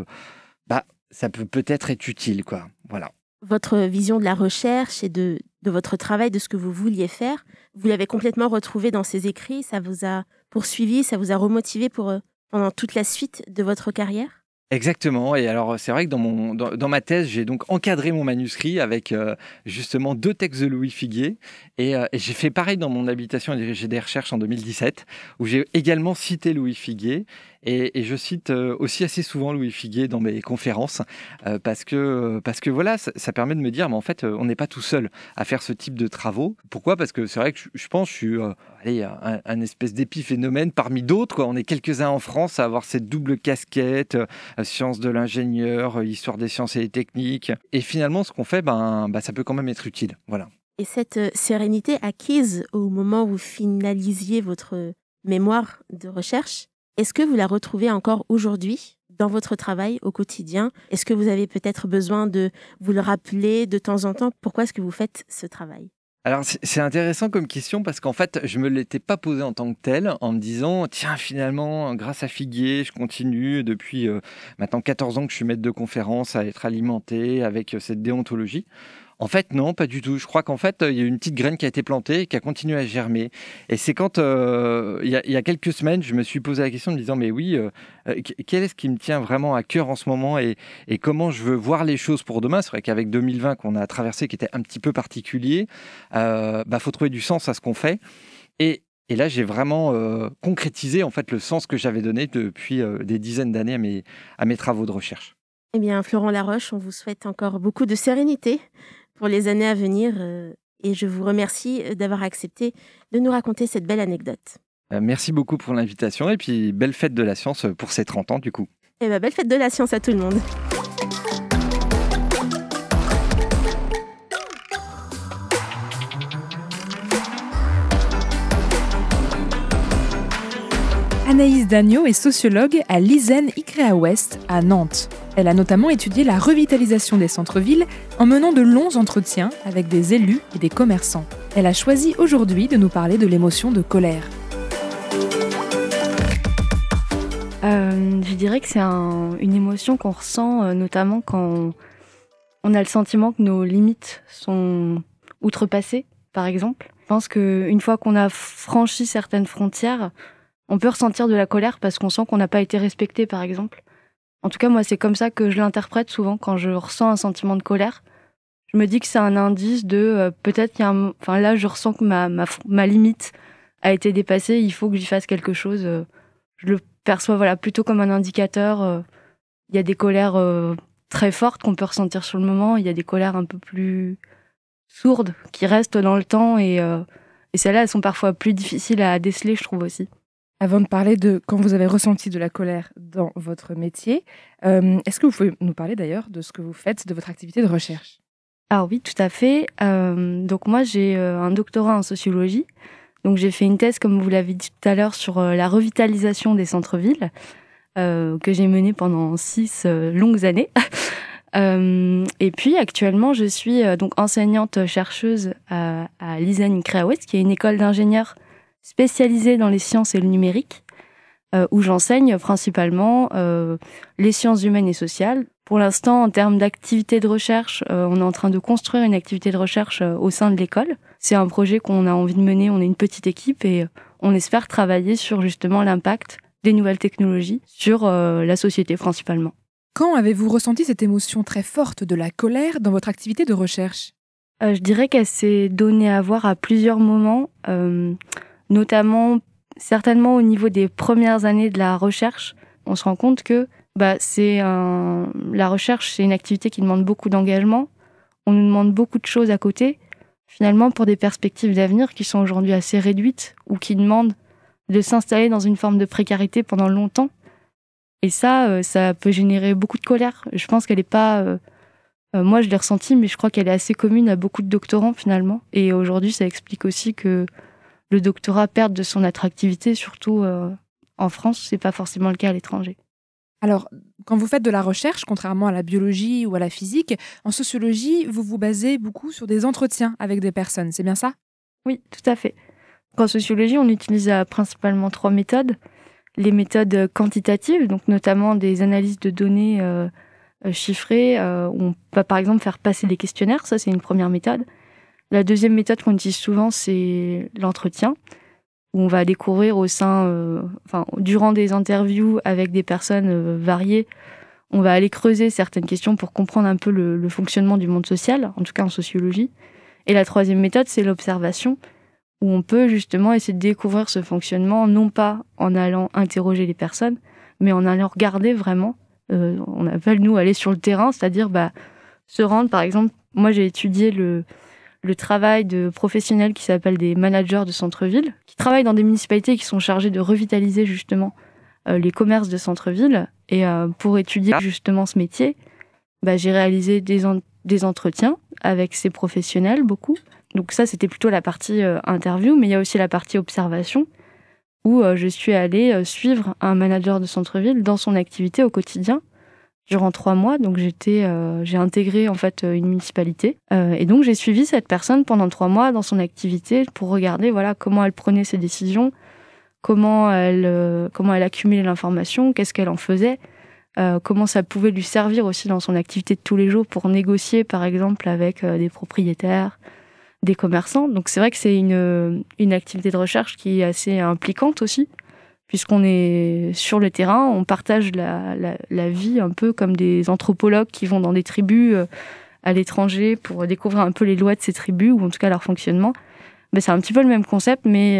ça peut peut-être être utile, quoi. Voilà. Votre vision de la recherche et de votre travail, de ce que vous vouliez faire, vous l'avez complètement retrouvé dans ces écrits. Ça vous a poursuivi, ça vous a remotivé pendant toute la suite de votre carrière ? Exactement. Et alors, c'est vrai que dans ma thèse, j'ai donc encadré mon manuscrit avec justement 2 textes de Louis Figuier. Et j'ai fait pareil dans mon habilitation à diriger des recherches en 2017, où j'ai également cité Louis Figuier. Et je cite aussi assez souvent Louis Figuier dans mes conférences parce que voilà, ça permet de me dire, mais en fait, on n'est pas tout seul à faire ce type de travaux. Pourquoi ? Parce que c'est vrai que je pense que je suis un espèce d'épiphénomène parmi d'autres, quoi. On est quelques-uns en France à avoir cette double casquette, sciences de l'ingénieur, histoire des sciences et des techniques. Et finalement, ce qu'on fait, ça peut quand même être utile. Voilà. Et cette sérénité acquise au moment où vous finalisiez votre mémoire de recherche, est-ce que vous la retrouvez encore aujourd'hui dans votre travail au quotidien ? Est-ce que vous avez peut-être besoin de vous le rappeler de temps en temps ? Pourquoi est-ce que vous faites ce travail ? Alors, c'est intéressant comme question parce qu'en fait, je ne me l'étais pas posé en tant que tel en me disant, tiens, finalement, grâce à Figuier, je continue depuis maintenant 14 ans que je suis maître de conférence à être alimenté avec cette déontologie. En fait, non, pas du tout. Je crois qu'en fait, il y a une petite graine qui a été plantée et qui a continué à germer. Et c'est quand, il y a quelques semaines, je me suis posé la question en me disant, mais oui, quel est ce qui me tient vraiment à cœur en ce moment et comment je veux voir les choses pour demain ? C'est vrai qu'avec 2020 qu'on a traversé, qui était un petit peu particulier, faut trouver du sens à ce qu'on fait. Et là, j'ai vraiment concrétisé en fait le sens que j'avais donné depuis des dizaines d'années à mes travaux de recherche. Eh bien, Florent Laroche, on vous souhaite encore beaucoup de sérénité pour les années à venir et je vous remercie d'avoir accepté de nous raconter cette belle anecdote. Merci beaucoup pour l'invitation et puis belle fête de la science pour ces 30 ans du coup. Eh bien, belle fête de la science à tout le monde. Anaïs Dagneau est sociologue à l'ISEN ICREA Ouest à Nantes. Elle a notamment étudié la revitalisation des centres-villes en menant de longs entretiens avec des élus et des commerçants. Elle a choisi aujourd'hui de nous parler de l'émotion de colère. Je dirais que c'est une émotion qu'on ressent notamment quand on a le sentiment que nos limites sont outrepassées, par exemple. Je pense qu'une fois qu'on a franchi certaines frontières, on peut ressentir de la colère parce qu'on sent qu'on n'a pas été respecté, par exemple. En tout cas, moi, c'est comme ça que je l'interprète souvent quand je ressens un sentiment de colère. Je me dis que c'est un indice de peut-être qu'il y a là, je ressens que ma limite a été dépassée, il faut que j'y fasse quelque chose. Je le perçois plutôt comme un indicateur. Il y a des colères très fortes qu'on peut ressentir sur le moment, il y a des colères un peu plus sourdes qui restent dans le temps et celles-là, elles sont parfois plus difficiles à déceler, je trouve aussi. Avant de parler de quand vous avez ressenti de la colère dans votre métier, est-ce que vous pouvez nous parler d'ailleurs de ce que vous faites, de votre activité de recherche ? Ah oui, tout à fait. Donc moi, j'ai un doctorat en sociologie. Donc j'ai fait une thèse, comme vous l'avez dit tout à l'heure, sur la revitalisation des centres-villes, que j'ai menée pendant 6 longues années. Et puis actuellement, je suis donc enseignante-chercheuse à l'ISEN ICREA Ouest, qui est une école d'ingénieurs spécialisée dans les sciences et le numérique, où j'enseigne principalement les sciences humaines et sociales. Pour l'instant, en termes d'activité de recherche, on est en train de construire une activité de recherche au sein de l'école. C'est un projet qu'on a envie de mener, on est une petite équipe et on espère travailler sur justement l'impact des nouvelles technologies sur la société principalement. Quand avez-vous ressenti cette émotion très forte de la colère dans votre activité de recherche ? Je dirais qu'elle s'est donnée à voir à plusieurs moments, notamment certainement au niveau des premières années de la recherche, on se rend compte que la recherche, c'est une activité qui demande beaucoup d'engagement. On nous demande beaucoup de choses à côté, finalement, pour des perspectives d'avenir qui sont aujourd'hui assez réduites ou qui demandent de s'installer dans une forme de précarité pendant longtemps. Et ça peut générer beaucoup de colère. Je pense qu'elle n'est pas... moi, je l'ai ressentie, mais je crois qu'elle est assez commune à beaucoup de doctorants, finalement. Et aujourd'hui, ça explique aussi que le doctorat perde de son attractivité, surtout en France. Ce n'est pas forcément le cas à l'étranger. Alors, quand vous faites de la recherche, contrairement à la biologie ou à la physique, en sociologie, vous vous basez beaucoup sur des entretiens avec des personnes, c'est bien ça ? Oui, tout à fait. En sociologie, on utilise principalement 3 méthodes. Les méthodes quantitatives, donc notamment des analyses de données chiffrées, où on va par exemple faire passer des questionnaires, ça c'est une première méthode. La deuxième méthode qu'on utilise souvent, c'est l'entretien, où on va découvrir durant des interviews avec des personnes variées, on va aller creuser certaines questions pour comprendre un peu le fonctionnement du monde social, en tout cas en sociologie. Et la troisième méthode, c'est l'observation, où on peut justement essayer de découvrir ce fonctionnement, non pas en allant interroger les personnes, mais en allant regarder vraiment. On appelle, nous, aller sur le terrain, c'est-à-dire se rendre, par exemple, moi j'ai étudié le travail de professionnels qui s'appellent des managers de centre-ville, qui travaillent dans des municipalités qui sont chargées de revitaliser justement les commerces de centre-ville. Et pour étudier justement ce métier, j'ai réalisé des entretiens avec ces professionnels, beaucoup. Donc ça, c'était plutôt la partie interview, mais il y a aussi la partie observation, où je suis allée suivre un manager de centre-ville dans son activité au quotidien durant 3 mois. Donc j'ai intégré en fait une municipalité, et donc j'ai suivi cette personne pendant 3 mois dans son activité pour regarder comment elle prenait ses décisions, comment elle accumulait l'information, qu'est-ce qu'elle en faisait, comment ça pouvait lui servir aussi dans son activité de tous les jours pour négocier par exemple avec des propriétaires, des commerçants. Donc c'est vrai que c'est une activité de recherche qui est assez impliquante aussi, puisqu'on est sur le terrain, on partage la vie un peu comme des anthropologues qui vont dans des tribus à l'étranger pour découvrir un peu les lois de ces tribus, ou en tout cas leur fonctionnement. C'est un petit peu le même concept, mais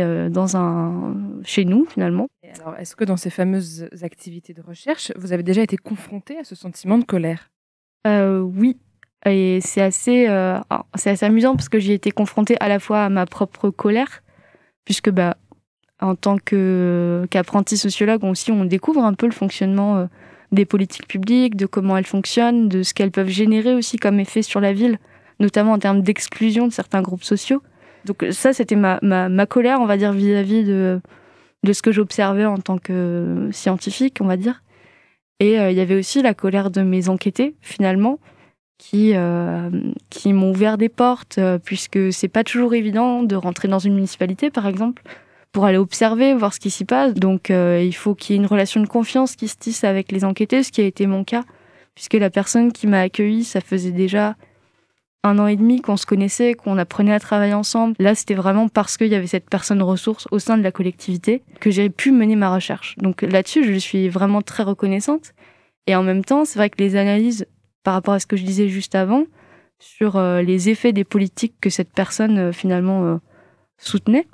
chez nous finalement. Alors, est-ce que dans ces fameuses activités de recherche, vous avez déjà été confronté à ce sentiment de colère ? Oui. Et c'est assez amusant parce que j'y ai été confrontée à la fois à ma propre colère, puisque en tant qu'apprenti sociologue aussi, on découvre un peu le fonctionnement des politiques publiques, de comment elles fonctionnent, de ce qu'elles peuvent générer aussi comme effet sur la ville, notamment en termes d'exclusion de certains groupes sociaux. Donc ça, c'était ma colère, on va dire, vis-à-vis de ce que j'observais en tant que scientifique, on va dire. Et il y avait aussi la colère de mes enquêtés, finalement, qui m'ont ouvert des portes, puisque c'est pas toujours évident de rentrer dans une municipalité, par exemple, pour aller observer, voir ce qui s'y passe. Donc il faut qu'il y ait une relation de confiance qui se tisse avec les enquêtés, ce qui a été mon cas, puisque la personne qui m'a accueillie, ça faisait déjà 1 an et demi qu'on se connaissait, qu'on apprenait à travailler ensemble. Là, c'était vraiment parce qu'il y avait cette personne ressource au sein de la collectivité que j'ai pu mener ma recherche. Donc là-dessus, je suis vraiment très reconnaissante. Et en même temps, c'est vrai que les analyses par rapport à ce que je disais juste avant, sur les effets des politiques que cette personne finalement soutenait.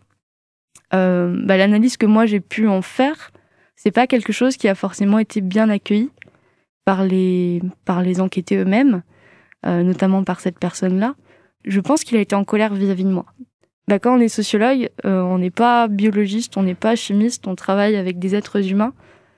L'analyse que moi j'ai pu en faire, c'est pas quelque chose qui a forcément été bien accueilli par les enquêtés eux-mêmes, notamment par cette personne-là. Je pense qu'il a été en colère vis-à-vis de moi. Quand on est sociologue, on n'est pas biologiste, on n'est pas chimiste, on travaille avec des êtres humains.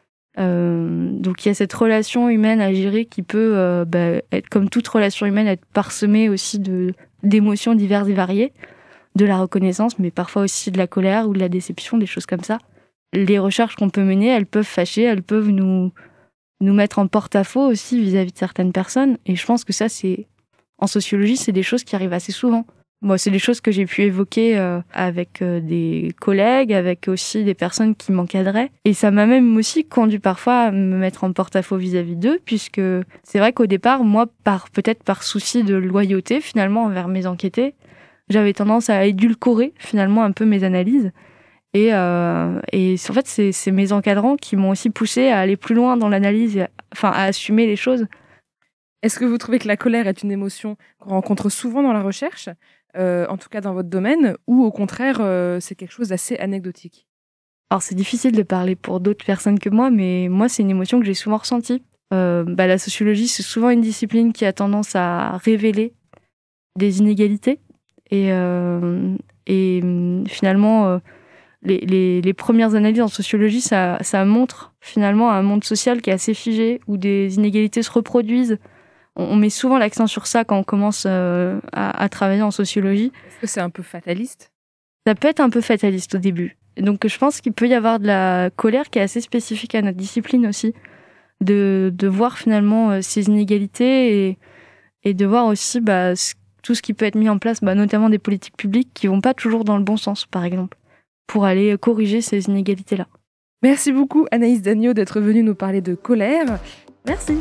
Donc il y a cette relation humaine à gérer qui peut être, comme toute relation humaine, être parsemée aussi d'émotions diverses et variées, de la reconnaissance, mais parfois aussi de la colère ou de la déception, des choses comme ça. Les recherches qu'on peut mener, elles peuvent fâcher, elles peuvent nous mettre en porte-à-faux aussi vis-à-vis de certaines personnes. Et je pense que ça, en sociologie, c'est des choses qui arrivent assez souvent. Moi, c'est des choses que j'ai pu évoquer avec des collègues, avec aussi des personnes qui m'encadraient. Et ça m'a même aussi conduit parfois à me mettre en porte-à-faux vis-à-vis d'eux, puisque c'est vrai qu'au départ, moi, peut-être par souci de loyauté, finalement, envers mes enquêtés, j'avais tendance à édulcorer, finalement, un peu mes analyses. Et en fait, c'est mes encadrants qui m'ont aussi poussé à aller plus loin dans l'analyse, à assumer les choses. Est-ce que vous trouvez que la colère est une émotion qu'on rencontre souvent dans la recherche ? En tout cas dans votre domaine, ou au contraire, c'est quelque chose d'assez anecdotique ? Alors c'est difficile de parler pour d'autres personnes que moi, mais moi c'est une émotion que j'ai souvent ressentie. La sociologie, c'est souvent une discipline qui a tendance à révéler des inégalités. Et finalement, les premières analyses en sociologie, ça montre finalement un monde social qui est assez figé, où des inégalités se reproduisent. On met souvent l'accent sur ça quand on commence à travailler en sociologie. Est-ce que c'est un peu fataliste ? Ça peut être un peu fataliste au début. Donc je pense qu'il peut y avoir de la colère qui est assez spécifique à notre discipline aussi, de voir finalement ces inégalités et de voir aussi tout ce qui peut être mis en place, notamment des politiques publiques qui vont pas toujours dans le bon sens, par exemple, pour aller corriger ces inégalités-là. Merci beaucoup Anaïs Dagneau d'être venue nous parler de colère. Merci.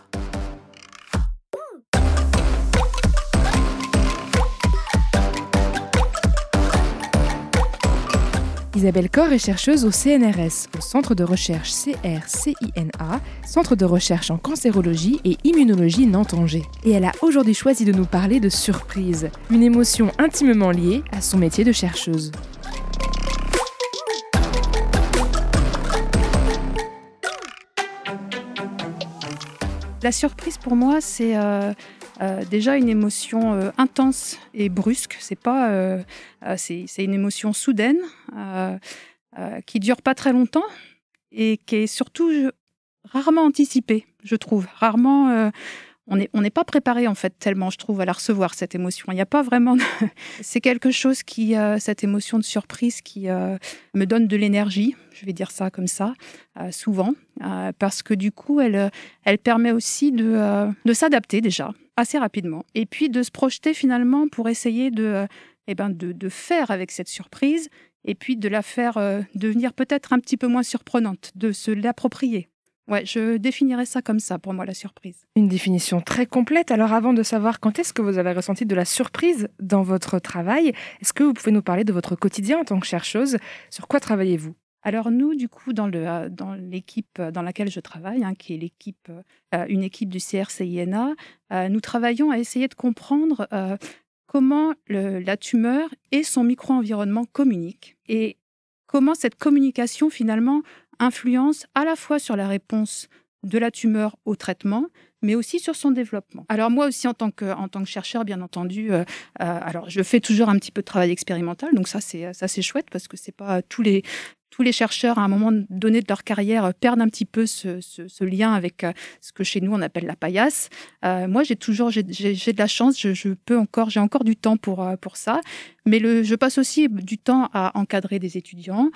Isabelle Corr est chercheuse au CNRS, au Centre de recherche CRCINA, Centre de recherche en cancérologie et immunologie Nantes-Angers. Et elle a aujourd'hui choisi de nous parler de surprise, une émotion intimement liée à son métier de chercheuse. La surprise pour moi, c'est déjà une émotion intense et brusque. C'est une émotion soudaine qui dure pas très longtemps et qui est surtout rarement anticipée, je trouve. Rarement, on n'est pas préparé en fait tellement, je trouve, à la recevoir cette émotion. Il n'y a pas vraiment. C'est quelque chose cette émotion de surprise qui me donne de l'énergie. Je vais dire ça comme ça, souvent, parce que du coup, elle permet aussi de s'adapter déjà assez rapidement, et puis de se projeter finalement pour essayer de faire avec cette surprise, et puis de la faire devenir peut-être un petit peu moins surprenante, de se l'approprier. Ouais, je définirais ça comme ça, pour moi, la surprise. Une définition très complète. Alors avant de savoir quand est-ce que vous avez ressenti de la surprise dans votre travail, est-ce que vous pouvez nous parler de votre quotidien en tant que chercheuse ? Sur quoi travaillez-vous ? Alors nous, du coup, dans l'équipe dans laquelle je travaille, qui est une équipe du CRCINA, nous travaillons à essayer de comprendre comment la tumeur et son micro-environnement communiquent et comment cette communication, finalement, influence à la fois sur la réponse de la tumeur au traitement, mais aussi sur son développement. Alors moi aussi, en tant que chercheur, bien entendu, alors je fais toujours un petit peu de travail expérimental, donc ça c'est chouette parce que c'est pas tous les chercheurs, à un moment donné de leur carrière, perdent un petit peu ce lien avec ce que chez nous on appelle la paillasse. Moi, j'ai de la chance, j'ai encore du temps pour ça. Mais je passe aussi du temps à encadrer des étudiants,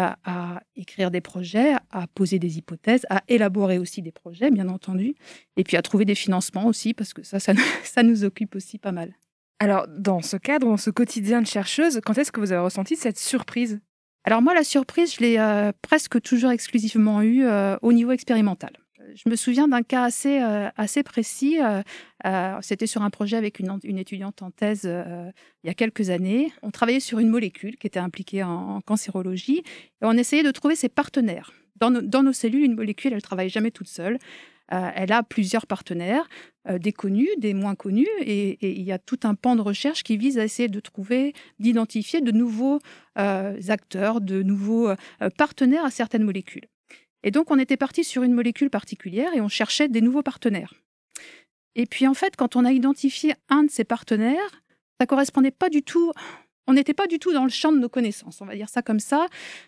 à écrire des projets, à poser des hypothèses, à élaborer aussi des projets, bien entendu, et puis à trouver des financements aussi, parce que ça nous occupe aussi pas mal. Alors, dans ce cadre, dans ce quotidien de chercheuse, quand est-ce que vous avez ressenti cette surprise ? Alors moi, la surprise, je l'ai presque toujours exclusivement eue au niveau expérimental. Je me souviens d'un cas assez précis. C'était sur un projet avec une étudiante en thèse il y a quelques années. On travaillait sur une molécule qui était impliquée en cancérologie et on essayait de trouver ses partenaires. Dans nos cellules, une molécule, elle ne travaille jamais toute seule. Elle a plusieurs partenaires, des connus, des moins connus, et il y a tout un pan de recherche qui vise à essayer d'identifier de nouveaux acteurs, de nouveaux partenaires à certaines molécules. Et donc, on était parti sur une molécule particulière et on cherchait des nouveaux partenaires. Et puis, en fait, quand on a identifié un de ces partenaires, ça correspondait pas du tout. On n'était pas du tout dans le champ de nos connaissances, on va dire ça comme ça.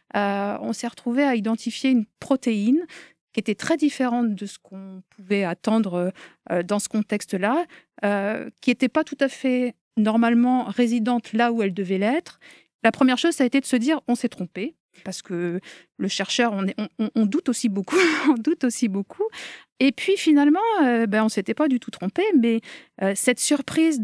On s'est retrouvé à identifier une protéine qui était très différente de ce qu'on pouvait attendre dans ce contexte-là, qui n'était pas tout à fait normalement résidente là où elle devait l'être. La première chose, ça a été de se dire on s'est trompé, parce que le chercheur, on doute aussi beaucoup, on doute aussi beaucoup. Et puis finalement, on ne s'était pas du tout trompé, mais cette surprise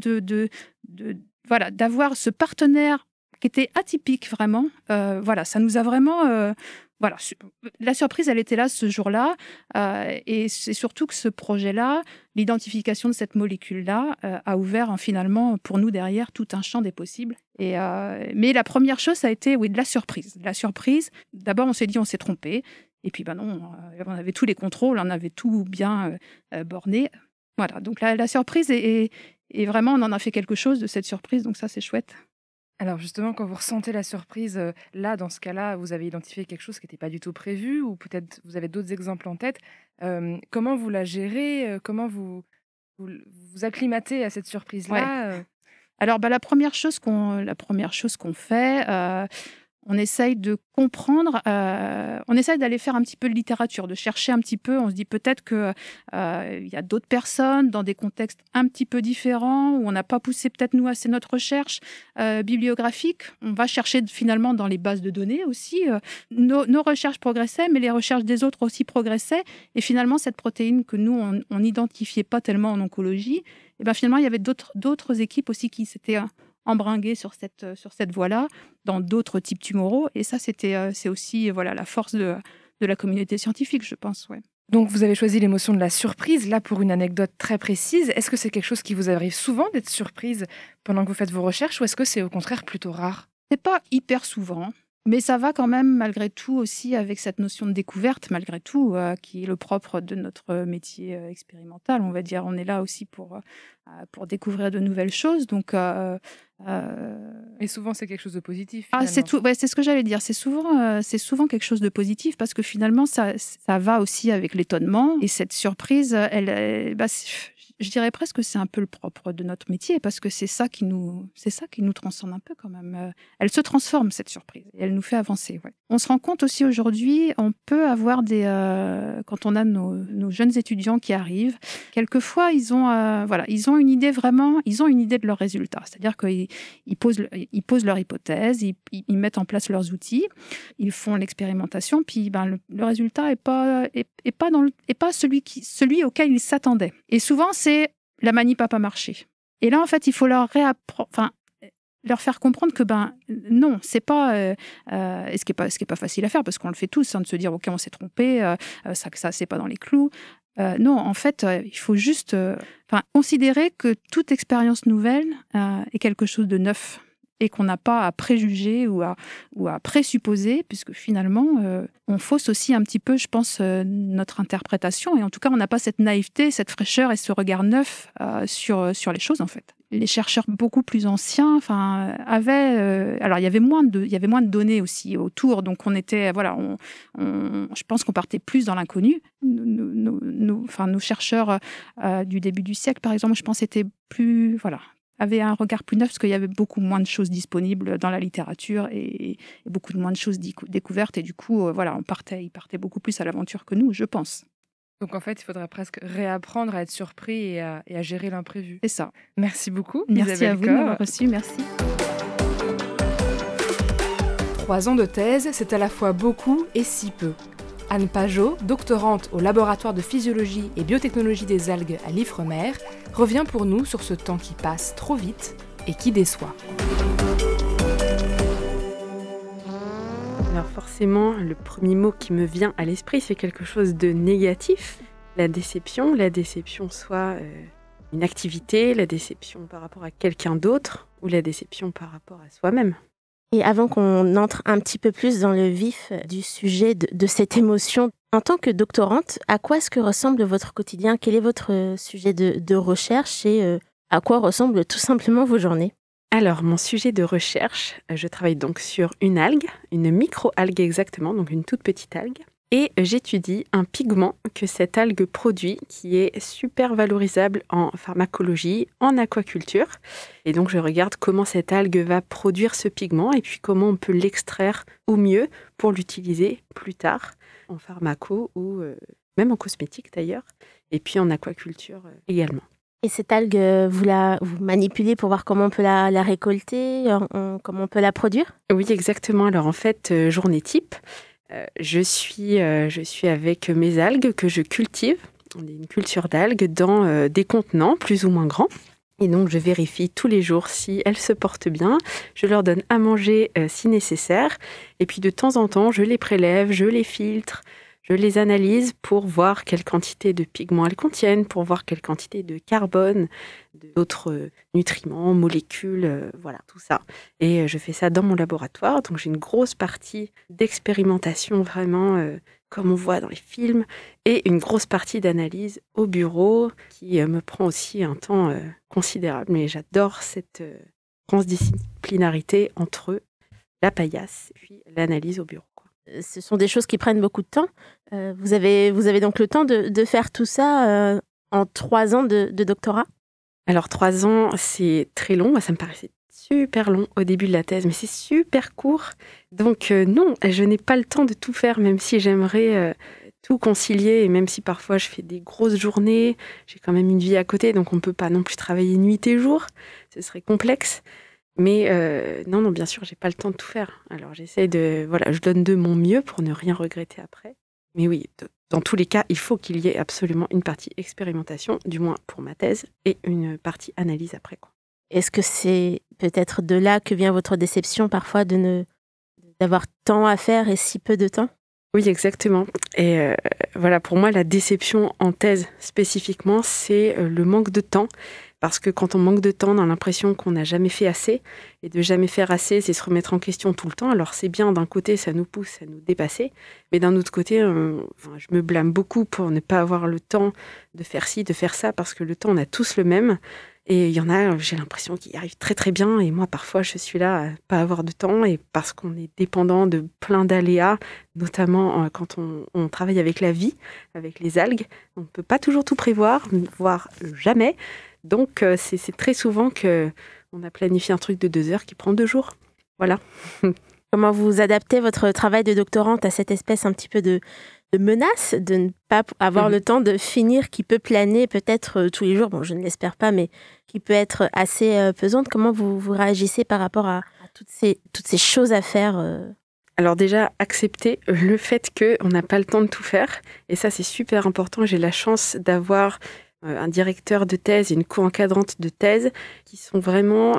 d'avoir ce partenaire qui était atypique vraiment, ça nous a vraiment... la surprise, elle était là ce jour-là, et c'est surtout que ce projet-là, l'identification de cette molécule-là, a ouvert finalement pour nous derrière tout un champ des possibles. Mais la première chose, ça a été de la surprise. La surprise, d'abord on s'est dit on s'est trompé, et puis non, on avait tous les contrôles, on avait tout bien borné. Voilà, donc la surprise est vraiment, on en a fait quelque chose de cette surprise, donc ça c'est chouette. Alors justement, quand vous ressentez la surprise, là, dans ce cas-là, vous avez identifié quelque chose qui n'était pas du tout prévu ou peut-être vous avez d'autres exemples en tête. Comment vous la gérez? Comment vous acclimatez à cette Ouais. surprise-là? Alors, la première chose qu'on fait, on essaye de comprendre, on essaye d'aller faire un petit peu de littérature, de chercher un petit peu. On se dit peut-être que il y a d'autres personnes dans des contextes un petit peu différents où on n'a pas poussé peut-être nous assez notre recherche bibliographique. On va chercher finalement dans les bases de données aussi. Nos recherches progressaient, mais les recherches des autres aussi progressaient. Et finalement, cette protéine que nous, on n'identifiait pas tellement en oncologie, et ben finalement, il y avait d'autres équipes aussi qui s'étaient embringuées sur cette voie-là, dans d'autres types tumoraux. Et ça, c'est aussi la force de la communauté scientifique, je pense. Ouais. Donc vous avez choisi l'émotion de la surprise, là pour une anecdote très précise. Est-ce que c'est quelque chose qui vous arrive souvent d'être surprise pendant que vous faites vos recherches ou est-ce que c'est au contraire plutôt rare? C'est pas hyper souvent, mais ça va quand même malgré tout aussi avec cette notion de découverte, malgré tout, qui est le propre de notre métier expérimental. On va dire, on est là aussi pour découvrir de nouvelles choses. Donc, Et souvent c'est quelque chose de positif. c'est tout. Ouais, c'est ce que j'allais dire. C'est souvent quelque chose de positif parce que finalement, ça va aussi avec l'étonnement et cette surprise. Je dirais presque que c'est un peu le propre de notre métier parce que c'est ça qui nous transcende un peu quand même. Elle se transforme cette surprise et elle nous fait avancer. Ouais. On se rend compte aussi aujourd'hui, on peut avoir quand on a nos jeunes étudiants qui arrivent, quelquefois ils ont une idée de leurs résultats. C'est-à-dire qu'ils posent leur hypothèse, ils mettent en place leurs outils, ils font l'expérimentation, puis le résultat est pas celui auquel ils s'attendaient. Et souvent c'est la manip n'a pas marché. Et là en fait il faut leur faire comprendre que non, c'est pas ce qui est pas facile à faire parce qu'on le fait tous, de se dire ok on s'est trompé, ça c'est pas dans les clous. Non, en fait, il faut juste considérer que toute expérience nouvelle est quelque chose de neuf et qu'on n'a pas à préjuger ou à présupposer, puisque finalement, on fausse aussi un petit peu, je pense, notre interprétation. Et en tout cas, on n'a pas cette naïveté, cette fraîcheur et ce regard neuf sur les choses, en fait. Les chercheurs beaucoup plus anciens avaient... alors, il y avait moins de données aussi autour, donc on était... je pense qu'on partait plus dans l'inconnu. Nos chercheurs du début du siècle, par exemple, je pense, étaient plus... avaient un regard plus neuf parce qu'il y avait beaucoup moins de choses disponibles dans la littérature et beaucoup moins de choses découvertes. Et du coup, ils partaient beaucoup plus à l'aventure que nous, je pense. Donc en fait, il faudrait presque réapprendre à être surpris et à gérer l'imprévu. C'est ça. Merci beaucoup. Merci Isabelle à vous de m'avoir reçu. Merci. 3 ans de thèse, c'est à la fois beaucoup et si peu. Anne Pajot, doctorante au laboratoire de physiologie et biotechnologie des algues à l'Ifremer, revient pour nous sur ce temps qui passe trop vite et qui déçoit. Alors forcément, le premier mot qui me vient à l'esprit, c'est quelque chose de négatif. La déception soit une activité, la déception par rapport à quelqu'un d'autre ou la déception par rapport à soi-même. Et avant qu'on entre un petit peu plus dans le vif du sujet de cette émotion, en tant que doctorante, à quoi est-ce que ressemble votre quotidien? Quel est votre sujet de recherche et à quoi ressemblent tout simplement vos journées? Alors, mon sujet de recherche, je travaille donc sur une algue, une micro-algue exactement, donc une toute petite algue. Et j'étudie un pigment que cette algue produit qui est super valorisable en pharmacologie, en aquaculture. Et donc je regarde comment cette algue va produire ce pigment et puis comment on peut l'extraire au mieux pour l'utiliser plus tard en pharmaco ou même en cosmétique d'ailleurs. Et puis en aquaculture également. Et cette algue, vous manipulez pour voir comment on peut la récolter, comment on peut la produire? Oui, exactement. Alors en fait, journée type. Je suis avec mes algues que je cultive. On est une culture d'algues dans des contenants plus ou moins grands. Et donc, je vérifie tous les jours si elles se portent bien. Je leur donne à manger si nécessaire. Et puis, de temps en temps, je les prélève, je les filtre, je les analyse pour voir quelle quantité de pigments elles contiennent, pour voir quelle quantité de carbone, d'autres nutriments, molécules, voilà, tout ça. Et je fais ça dans mon laboratoire. Donc, j'ai une grosse partie d'expérimentation vraiment comme on voit dans les films et une grosse partie d'analyse au bureau qui me prend aussi un temps considérable. Mais j'adore cette transdisciplinarité entre la paillasse et puis l'analyse au bureau. Ce sont des choses qui prennent beaucoup de temps. Vous avez donc le temps de faire tout ça en 3 ans de doctorat ? Alors 3 ans, c'est très long. Moi, ça me paraissait super long au début de la thèse, mais c'est super court. Donc non, je n'ai pas le temps de tout faire, même si j'aimerais tout concilier. Et même si parfois je fais des grosses journées, j'ai quand même une vie à côté, donc on ne peut pas non plus travailler nuit et jour. Ce serait complexe. Mais non, bien sûr, j'ai pas le temps de tout faire. Alors j'essaie je donne de mon mieux pour ne rien regretter après. Mais oui, dans tous les cas, il faut qu'il y ait absolument une partie expérimentation, du moins pour ma thèse, et une partie analyse après, quoi. Est-ce que c'est peut-être de là que vient votre déception parfois d'avoir tant à faire et si peu de temps ? Oui, exactement. Et pour moi, la déception en thèse spécifiquement, c'est le manque de temps. Parce que quand on manque de temps, on a l'impression qu'on n'a jamais fait assez. Et de jamais faire assez, c'est se remettre en question tout le temps. Alors c'est bien, d'un côté, ça nous pousse à nous dépasser. Mais d'un autre côté, je me blâme beaucoup pour ne pas avoir le temps de faire ci, de faire ça. Parce que le temps, on a tous le même. Et il y en a, j'ai l'impression qu'ils y arrivent très très bien. Et moi, parfois, je suis là à pas avoir de temps. Et parce qu'on est dépendant de plein d'aléas, notamment quand on travaille avec la vie, avec les algues, on ne peut pas toujours tout prévoir, voire jamais. Donc, c'est très souvent qu'on a planifié un truc de 2 heures qui prend 2 jours. Voilà. Comment vous adaptez votre travail de doctorante à cette espèce un petit peu de menace de ne pas avoir le temps de finir, qui peut planer peut-être tous les jours, bon, je ne l'espère pas, mais qui peut être assez pesante. Comment vous réagissez par rapport à toutes ces choses à faire Alors déjà, accepter le fait qu'on n'a pas le temps de tout faire. Et ça, c'est super important. J'ai la chance d'avoir un directeur de thèse et une co-encadrante de thèse qui vont vraiment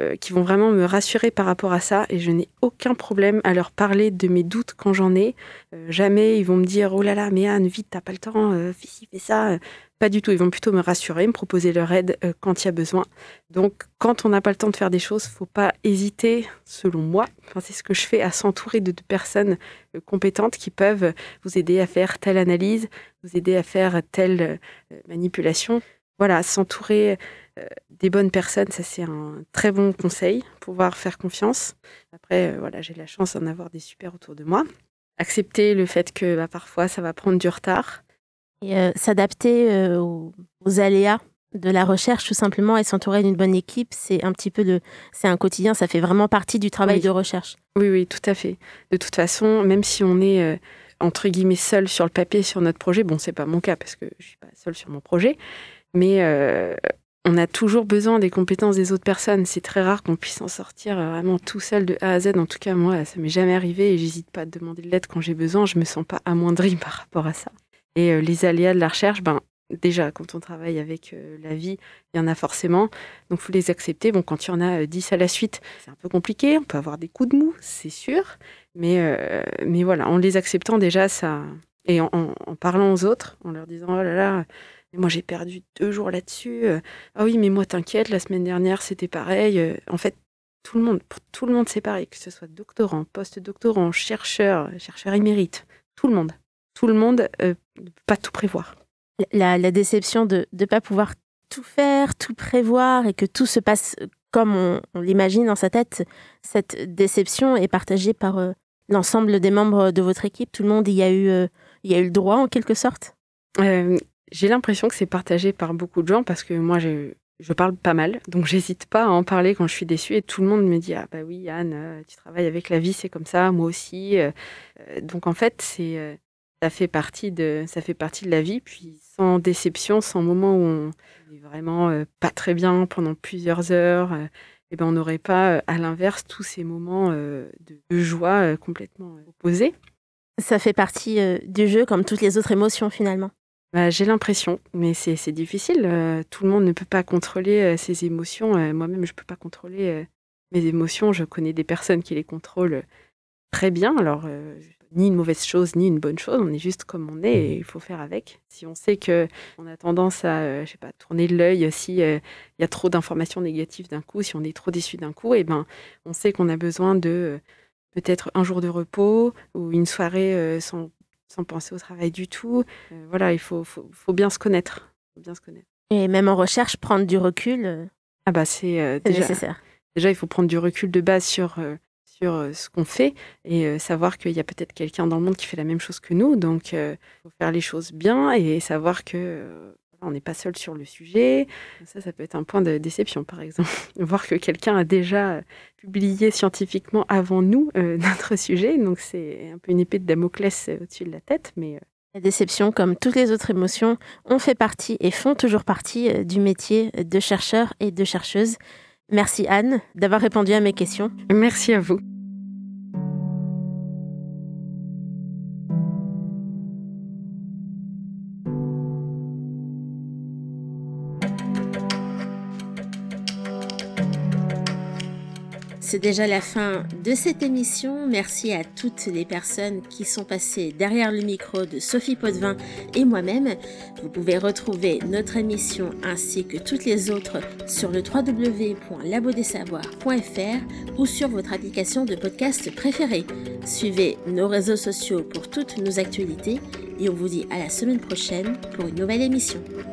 me rassurer par rapport à ça, et je n'ai aucun problème à leur parler de mes doutes quand j'en ai. Jamais ils vont me dire « Oh là là, mais Anne, vite, t'as pas le temps, fais ci, fais ça ». Pas du tout, ils vont plutôt me rassurer, me proposer leur aide quand il y a besoin. Donc, quand on n'a pas le temps de faire des choses, faut pas hésiter, selon moi, c'est ce que je fais, à s'entourer de personnes compétentes qui peuvent vous aider à faire telle analyse, vous aider à faire telle manipulation. Voilà, s'entourer des bonnes personnes, ça c'est un très bon conseil, pouvoir faire confiance. Après, j'ai la chance d'en avoir des super autour de moi. Accepter le fait que parfois ça va prendre du retard. Et s'adapter aux aléas de la recherche, tout simplement, et s'entourer d'une bonne équipe, c'est un quotidien, ça fait vraiment partie du travail de recherche. Oui, tout à fait. De toute façon, même si on est entre guillemets seul sur le papier sur notre projet, bon, c'est pas mon cas parce que je suis pas seule sur mon projet, mais on a toujours besoin des compétences des autres personnes. C'est très rare qu'on puisse en sortir vraiment tout seul de A à Z. En tout cas, moi, ça m'est jamais arrivé et j'hésite pas à demander de l'aide quand j'ai besoin. Je me sens pas amoindrie par rapport à ça. Et les aléas de la recherche, déjà, quand on travaille avec la vie, il y en a forcément. Donc, il faut les accepter. Bon, quand il y en a 10 à la suite, c'est un peu compliqué. On peut avoir des coups de mou, c'est sûr. Mais voilà, en les acceptant déjà, ça... Et en parlant aux autres, en leur disant « Oh là là, moi j'ai perdu 2 jours là-dessus. Ah oui, mais moi t'inquiète, la semaine dernière c'était pareil. » En fait, pour tout le monde c'est pareil, que ce soit doctorant, post-doctorant, chercheur émérite, tout le monde ne peut pas tout prévoir. La déception de ne pas pouvoir tout faire, tout prévoir, et que tout se passe comme on l'imagine dans sa tête, cette déception est partagée par l'ensemble des membres de votre équipe. Tout le monde y a eu le droit, en quelque sorte. J'ai l'impression que c'est partagé par beaucoup de gens, parce que moi, je parle pas mal, donc j'hésite pas à en parler quand je suis déçue, et tout le monde me dit « Ah bah oui, Anne, tu travailles avec la vie, c'est comme ça, moi aussi. » Donc en fait, ça fait partie de la vie, puis sans déception, sans moment où on est vraiment pas très bien pendant plusieurs heures, on n'aurait pas, à l'inverse, tous ces moments de joie complètement opposés. Ça fait partie du jeu, comme toutes les autres émotions, finalement. J'ai l'impression, mais c'est difficile. Tout le monde ne peut pas contrôler ses émotions. Moi-même, je ne peux pas contrôler mes émotions. Je connais des personnes qui les contrôlent très bien. Alors, ni une mauvaise chose, ni une bonne chose. On est juste comme on est et il faut faire avec. Si on sait qu'on a tendance à, tourner l'œil s'il y a trop d'informations négatives d'un coup, si on est trop déçu d'un coup, on sait qu'on a besoin de peut-être un jour de repos ou une soirée sans penser au travail du tout. Il faut bien se connaître. Et même en recherche, prendre du recul, c'est déjà nécessaire. déjà, il faut prendre du recul de base sur ce qu'on fait et savoir qu'il y a peut-être quelqu'un dans le monde qui fait la même chose que nous. Donc, il faut faire les choses bien et savoir que on n'est pas seul sur le sujet. Ça peut être un point de déception, par exemple. Voir que quelqu'un a déjà publié scientifiquement avant nous notre sujet. Donc, c'est un peu une épée de Damoclès au-dessus de la tête. Mais la déception, comme toutes les autres émotions, ont fait partie et font toujours partie du métier de chercheur et de chercheuse. Merci Anne d'avoir répondu à mes questions. Merci à vous. C'est déjà la fin de cette émission. Merci à toutes les personnes qui sont passées derrière le micro de Sophie Potvin et moi-même. Vous pouvez retrouver notre émission ainsi que toutes les autres sur le www.labodesavoirs.fr ou sur votre application de podcast préférée. Suivez nos réseaux sociaux pour toutes nos actualités et on vous dit à la semaine prochaine pour une nouvelle émission.